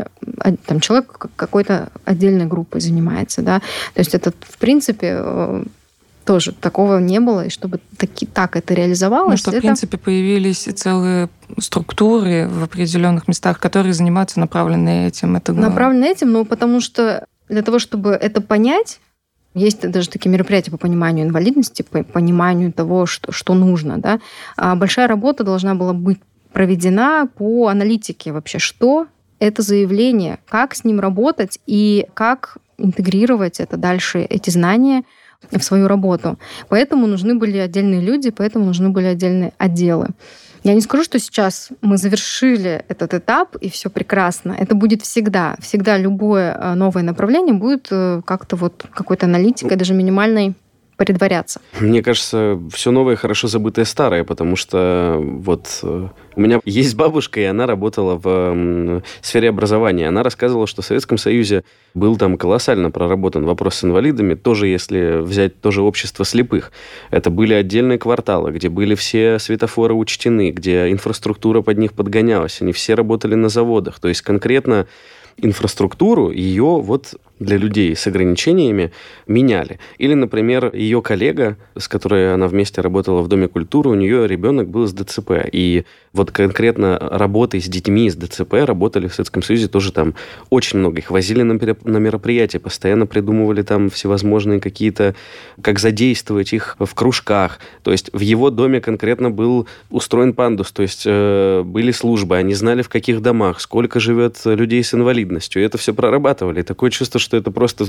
там человек какой-то отдельной группой занимается, да. То есть это, в принципе, тоже такого не было, и чтобы так это реализовалось. В принципе, появились целые структуры в определенных местах, которые занимаются направленные этим. Направленные этим, потому что для того, чтобы это понять, есть даже такие мероприятия по пониманию инвалидности, по пониманию того, что нужно. Да? Большая работа должна была быть проведена по аналитике вообще, что это заявление, как с ним работать и как интегрировать это дальше, эти знания в свою работу. Поэтому нужны были отдельные люди, поэтому нужны были отдельные отделы. Я не скажу, что сейчас мы завершили этот этап, и все прекрасно. Это будет всегда. Всегда любое новое направление будет как-то какой-то аналитикой, даже минимальной, предваряться. Мне кажется, все новое хорошо забытое старое, потому что у меня есть бабушка, и она работала в сфере образования. Она рассказывала, что в Советском Союзе был там колоссально проработан вопрос с инвалидами. Тоже, если взять тоже общество слепых. Это были отдельные кварталы, где были все светофоры учтены, где инфраструктура под них подгонялась. Они все работали на заводах. То есть конкретно инфраструктуру ее для людей с ограничениями меняли. Или, например, ее коллега, с которой она вместе работала в Доме культуры, у нее ребенок был с ДЦП. И конкретно работой с детьми с ДЦП работали в Советском Союзе тоже там очень много. Их возили на мероприятия, постоянно придумывали там всевозможные какие-то, как задействовать их в кружках. То есть в его доме конкретно был устроен пандус, то есть были службы, они знали, в каких домах, сколько живет людей с инвалидностью. И это все прорабатывали. И такое чувство, что это просто,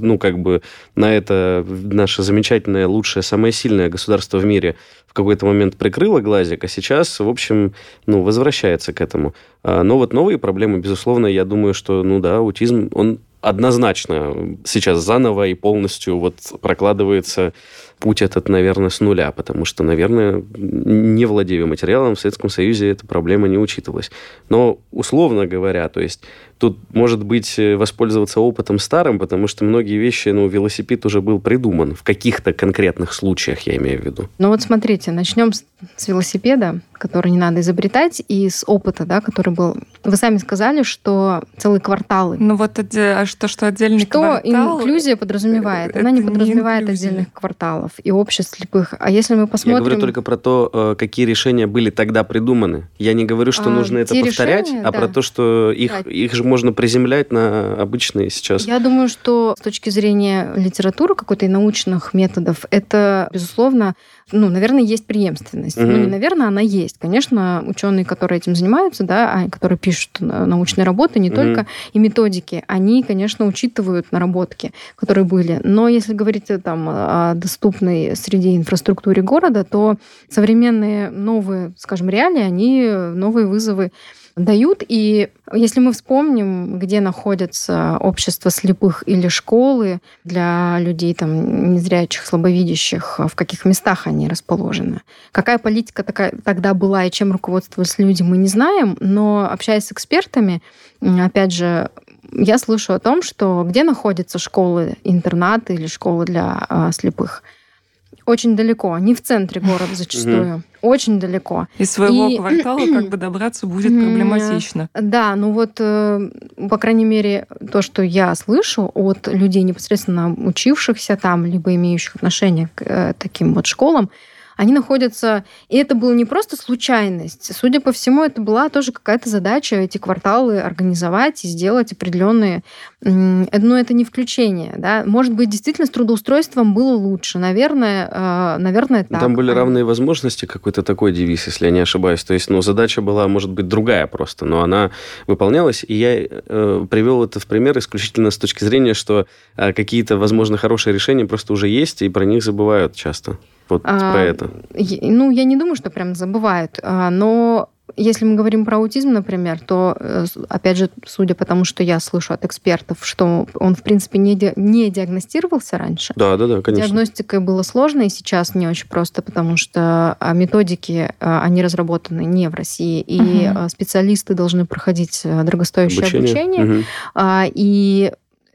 на это наше замечательное, лучшее, самое сильное государство в мире в какой-то момент прикрыло глазик, а сейчас, в общем, возвращается к этому. Но новые проблемы, безусловно, я думаю, что, аутизм, он однозначно сейчас заново и полностью прокладывается путь этот, наверное, с нуля, потому что, наверное, не владея материалом, в Советском Союзе эта проблема не учитывалась. Но, условно говоря, то есть тут, может быть, воспользоваться опытом старым, потому что многие вещи, велосипед уже был придуман в каких-то конкретных случаях, я имею в виду. Смотрите, начнем с велосипеда, который не надо изобретать, и с опыта, да, который был. Вы сами сказали, что целые кварталы. Что отдельный квартал... Что инклюзия подразумевает? Она не подразумевает отдельных кварталов и обществ слепых. А если мы посмотрим... Я говорю только про то, какие решения были тогда придуманы. Я не говорю, что нужно это повторять, решения, про то, что их же можно приземлять на обычные сейчас. Я думаю, что с точки зрения литературы какой-то и научных методов, это, безусловно, наверное, есть преемственность. Не наверное, она есть. Конечно, ученые, которые этим занимаются, да, которые пишут научные работы, не только, и методики, они, конечно, учитывают наработки, которые были. Но если говорить о доступной среди инфраструктуре города, то современные новые, скажем, реалии, они новые вызовы дают. И если мы вспомним, где находятся общества слепых или школы для людей незрячих, слабовидящих, в каких местах они расположены. Какая политика тогда была и чем руководствовались люди, мы не знаем, но общаясь с экспертами, опять же, я слышу о том, что где находятся школы-интернаты или школы для слепых. Очень далеко, не в центре города зачастую. Очень далеко. Из своего квартала добраться будет проблематично. Да, по крайней мере, то, что я слышу от людей, непосредственно учившихся там, либо имеющих отношение к таким школам, они находятся... И это была не просто случайность. Судя по всему, это была тоже какая-то задача эти кварталы организовать и сделать определенные... Но это не включение. Да? Может быть, действительно, с трудоустройством было лучше. Наверное, так. Там были равные возможности, какой-то такой девиз, если я не ошибаюсь. То есть, задача была, может быть, другая просто, но она выполнялась. И я привел это в пример исключительно с точки зрения, что какие-то, возможно, хорошие решения просто уже есть, и про них забывают часто. Про это. Я не думаю, что прям забывают. Но Если мы говорим про аутизм, например, то, опять же, судя по тому, что я слышу от экспертов, что он, в принципе, не диагностировался раньше. Да, конечно. Диагностикой было сложно, и сейчас не очень просто, потому что методики, они разработаны не в России, и специалисты должны проходить дорогостоящее обучение. И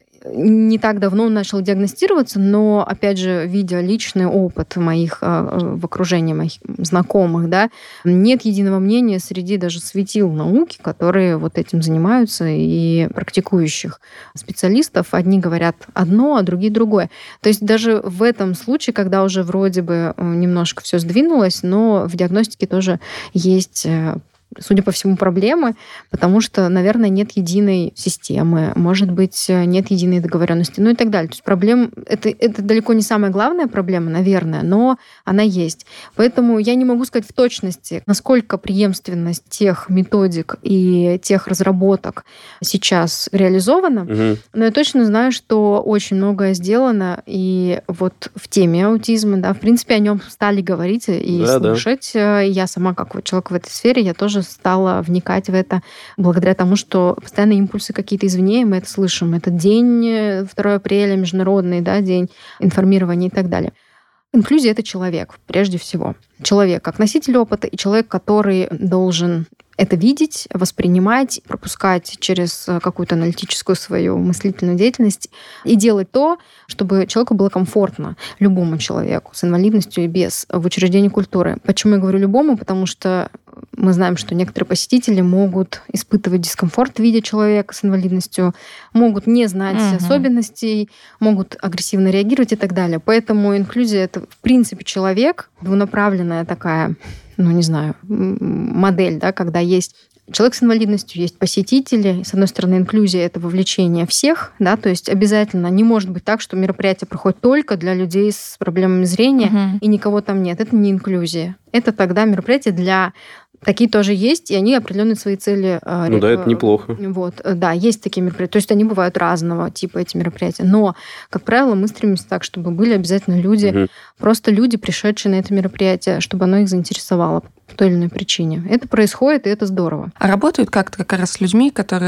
не так давно он начал диагностироваться, но, опять же, видя личный опыт моих в окружении моих знакомых, да, нет единого мнения среди даже светил науки, которые вот этим занимаются, и практикующих специалистов. Одни говорят одно, а другие другое. То есть даже в этом случае, когда уже вроде бы немножко все сдвинулось, но в диагностике тоже есть, судя по всему, проблемы, потому что, наверное, нет единой системы, может быть, нет единой договоренности, ну и так далее. То есть проблем... Это далеко не самая главная проблема, наверное, но она есть. Поэтому я не могу сказать в точности, насколько преемственность тех методик и тех разработок сейчас реализована, но я точно знаю, что очень многое сделано, и вот в теме аутизма, да, в принципе, о нем стали говорить и слушать. Я сама, как вот человек в этой сфере, я тоже стала вникать в это благодаря тому, что постоянно импульсы какие-то извне, мы это слышим. Это день 2 апреля, международный, да, день информирования и так далее. Инклюзия — это человек, прежде всего. Человек как носитель опыта и человек, который должен это видеть, воспринимать, пропускать через какую-то аналитическую свою мыслительную деятельность и делать то, чтобы человеку было комфортно, любому человеку с инвалидностью и без, в учреждении культуры. Почему я говорю любому? Потому что мы знаем, что некоторые посетители могут испытывать дискомфорт, видя человека с инвалидностью, могут не знать особенностей, могут агрессивно реагировать и так далее. Поэтому инклюзия — это, в принципе, человек, двунаправленная такая, ну, не знаю, модель, да, когда есть человек с инвалидностью, есть посетители. С одной стороны, инклюзия — это вовлечение всех, да, то есть обязательно не может быть так, что мероприятие проходит только для людей с проблемами зрения, и никого там нет. Это не инклюзия. Это тогда мероприятие для... Такие тоже есть, и они определенные свои цели... Ну да, это неплохо. Вот, да, есть такие мероприятия. То есть они бывают разного типа, эти мероприятия. Но, как правило, мы стремимся так, чтобы были обязательно люди, просто люди, пришедшие на это мероприятие, чтобы оно их заинтересовало по той или иной причине. Это происходит, и это здорово. А работают как-то как раз с людьми,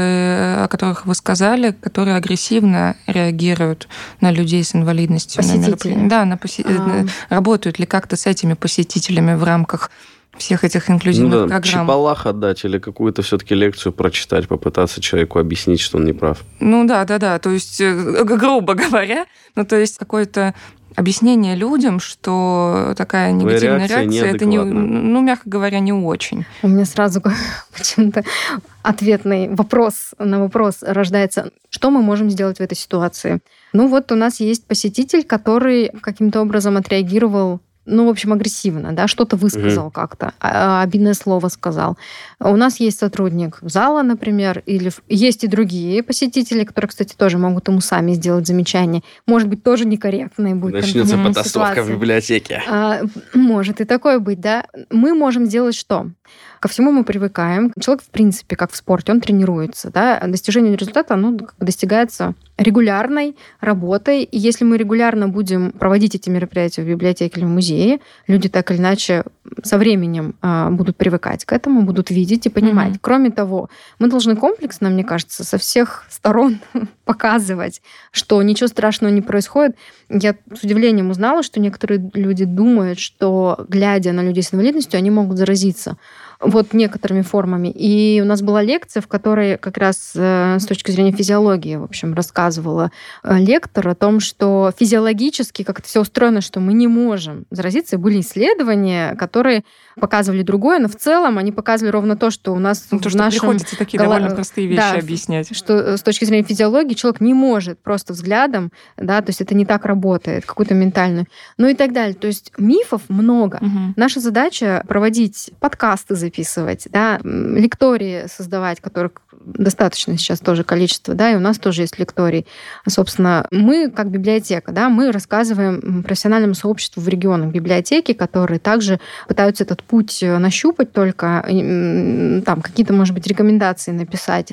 о которых вы сказали, которые агрессивно реагируют на людей с инвалидностью? Посетители. Да, работают ли как-то с этими посетителями в рамках всех этих инклюзивных программ? Чапалах отдать или какую-то все-таки лекцию прочитать, попытаться человеку объяснить, что он не прав. Ну да. То есть, грубо говоря, то есть какое-то объяснение людям, что такая негативная реакция, это, мягко говоря, не очень. У меня сразу почему-то ответный вопрос на вопрос рождается. Что мы можем сделать в этой ситуации? Ну вот у нас есть посетитель, который каким-то образом отреагировал, в общем, агрессивно, да, что-то высказал как-то, обидное слово сказал. У нас есть сотрудник зала, например, или есть и другие посетители, которые, кстати, тоже могут ему сами сделать замечание. Может быть, тоже некорректная будет начнется потасовка в библиотеке. Может и такое быть, да. Мы можем сделать что? Ко всему мы привыкаем. Человек, в принципе, как в спорте, он тренируется. Да? Достижение результата, оно достигается регулярной работой. И если мы регулярно будем проводить эти мероприятия в библиотеке или в музее, люди так или иначе со временем будут привыкать к этому, будут видеть и понимать. Кроме того, мы должны комплексно, мне кажется, со всех сторон показывать, что ничего страшного не происходит. Я с удивлением узнала, что некоторые люди думают, что, глядя на людей с инвалидностью, они могут заразиться вот некоторыми формами. И у нас была лекция, в которой как раз с точки зрения физиологии, в общем, рассказывала лектор о том, что физиологически как это все устроено, что мы не можем заразиться. Были исследования, которые показывали другое, но в целом они показывали ровно то, что у нас в нашем... приходится такие довольно простые вещи объяснять. Что с точки зрения физиологии человек не может просто взглядом, да, то есть это не так работает, какую-то ментальную, ну и так далее. То есть мифов много. Наша задача проводить подкасты, записывать, да, лектории создавать, которых достаточно сейчас тоже количество, да, и у нас тоже есть лектории. Собственно, мы, как библиотека, да, мы рассказываем профессиональному сообществу в регионах библиотеки, которые также пытаются этот путь нащупать только, там какие-то, может быть, рекомендации написать.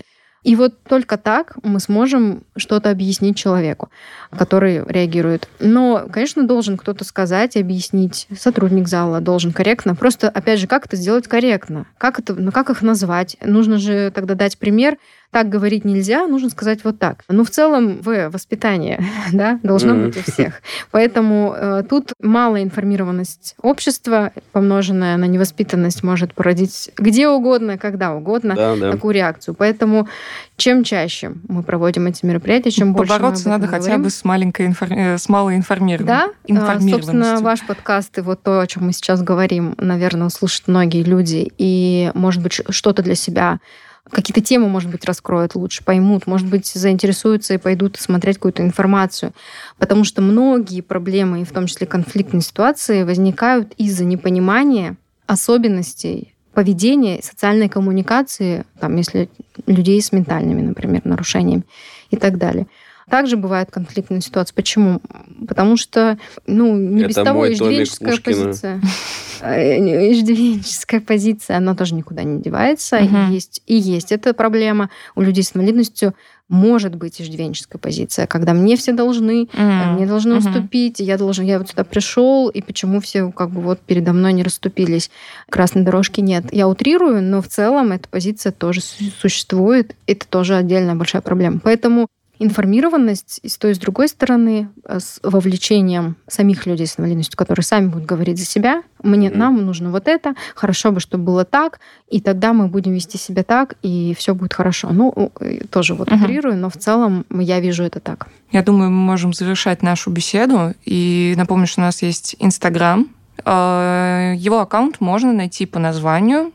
И вот только так мы сможем что-то объяснить человеку, который реагирует. Но, конечно, должен кто-то сказать, объяснить. Сотрудник зала должен корректно. Просто, опять же, как это сделать корректно? Как их назвать? Нужно же тогда дать пример. Так говорить нельзя, нужно сказать вот так. В целом, воспитание должно быть у всех. Поэтому тут малая информированность общества, помноженная на невоспитанность, может породить где угодно, когда угодно такую реакцию. Поэтому чем чаще мы проводим эти мероприятия, чем больше побороться мы об этом надо говорим. хотя бы с малой информированностью. Да, собственно, ваш подкаст и вот то, о чем мы сейчас говорим, наверное, услышат многие люди, и, может быть, что-то для себя, какие-то темы, может быть, раскроют лучше, поймут, может быть, заинтересуются и пойдут смотреть какую-то информацию. Потому что многие проблемы, и в том числе конфликтные ситуации, возникают из-за непонимания особенностей поведения, социальной коммуникации, если людей с ментальными, например, нарушениями и так далее. Также бывают конфликтные ситуации. Почему? Потому что, не без того, иждивенческая позиция. Иждивенческая позиция, она тоже никуда не девается. Есть эта проблема. У людей с инвалидностью может быть иждивенческая позиция, когда мне все должны, мне должны уступить, я вот сюда пришел, и почему все передо мной не расступились. Красной дорожки нет. Я утрирую, но в целом эта позиция тоже существует. Это тоже отдельная большая проблема. Поэтому информированность и с той, и с другой стороны, с вовлечением самих людей с инвалидностью, которые сами будут говорить за себя. Нам нужно вот это, хорошо бы, чтобы было так, и тогда мы будем вести себя так, и все будет хорошо. Тоже утрирую, но в целом я вижу это так. Я думаю, мы можем завершать нашу беседу. И напомню, что у нас есть Инстаграм. Его аккаунт можно найти по названию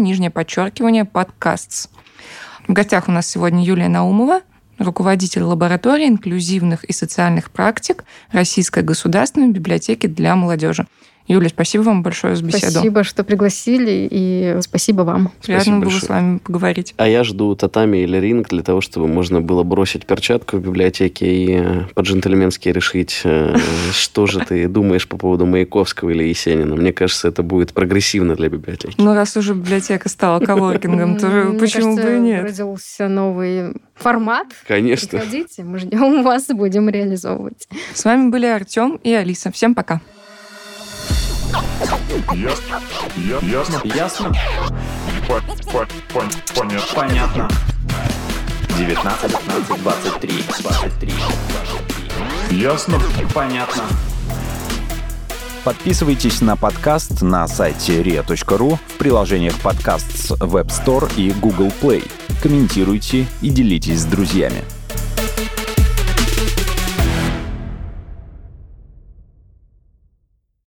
ria_подкастс. В гостях у нас сегодня Юлия Наумова, руководитель лаборатории инклюзивных и социальных практик Российской государственной библиотеки для молодежи. Юля, спасибо вам большое за беседу. Спасибо, что пригласили, и спасибо вам. Приятно было с вами поговорить. А я жду татами или ринг для того, чтобы можно было бросить перчатку в библиотеке и по-джентльменски решить, что же ты думаешь по поводу Маяковского или Есенина. Мне кажется, это будет прогрессивно для библиотеки. Раз уже библиотека стала коворкингом, то почему бы и нет? Родился новый формат. Конечно. Приходите, мы ждем вас и будем реализовывать. С вами были Артем и Алиса. Всем пока. Ясно? Понятно. 19, 23. Ясно? Понятно. Подписывайтесь на подкаст на сайте ria.ru, в приложениях подкаст с Web Store и Google Play. Комментируйте и делитесь с друзьями.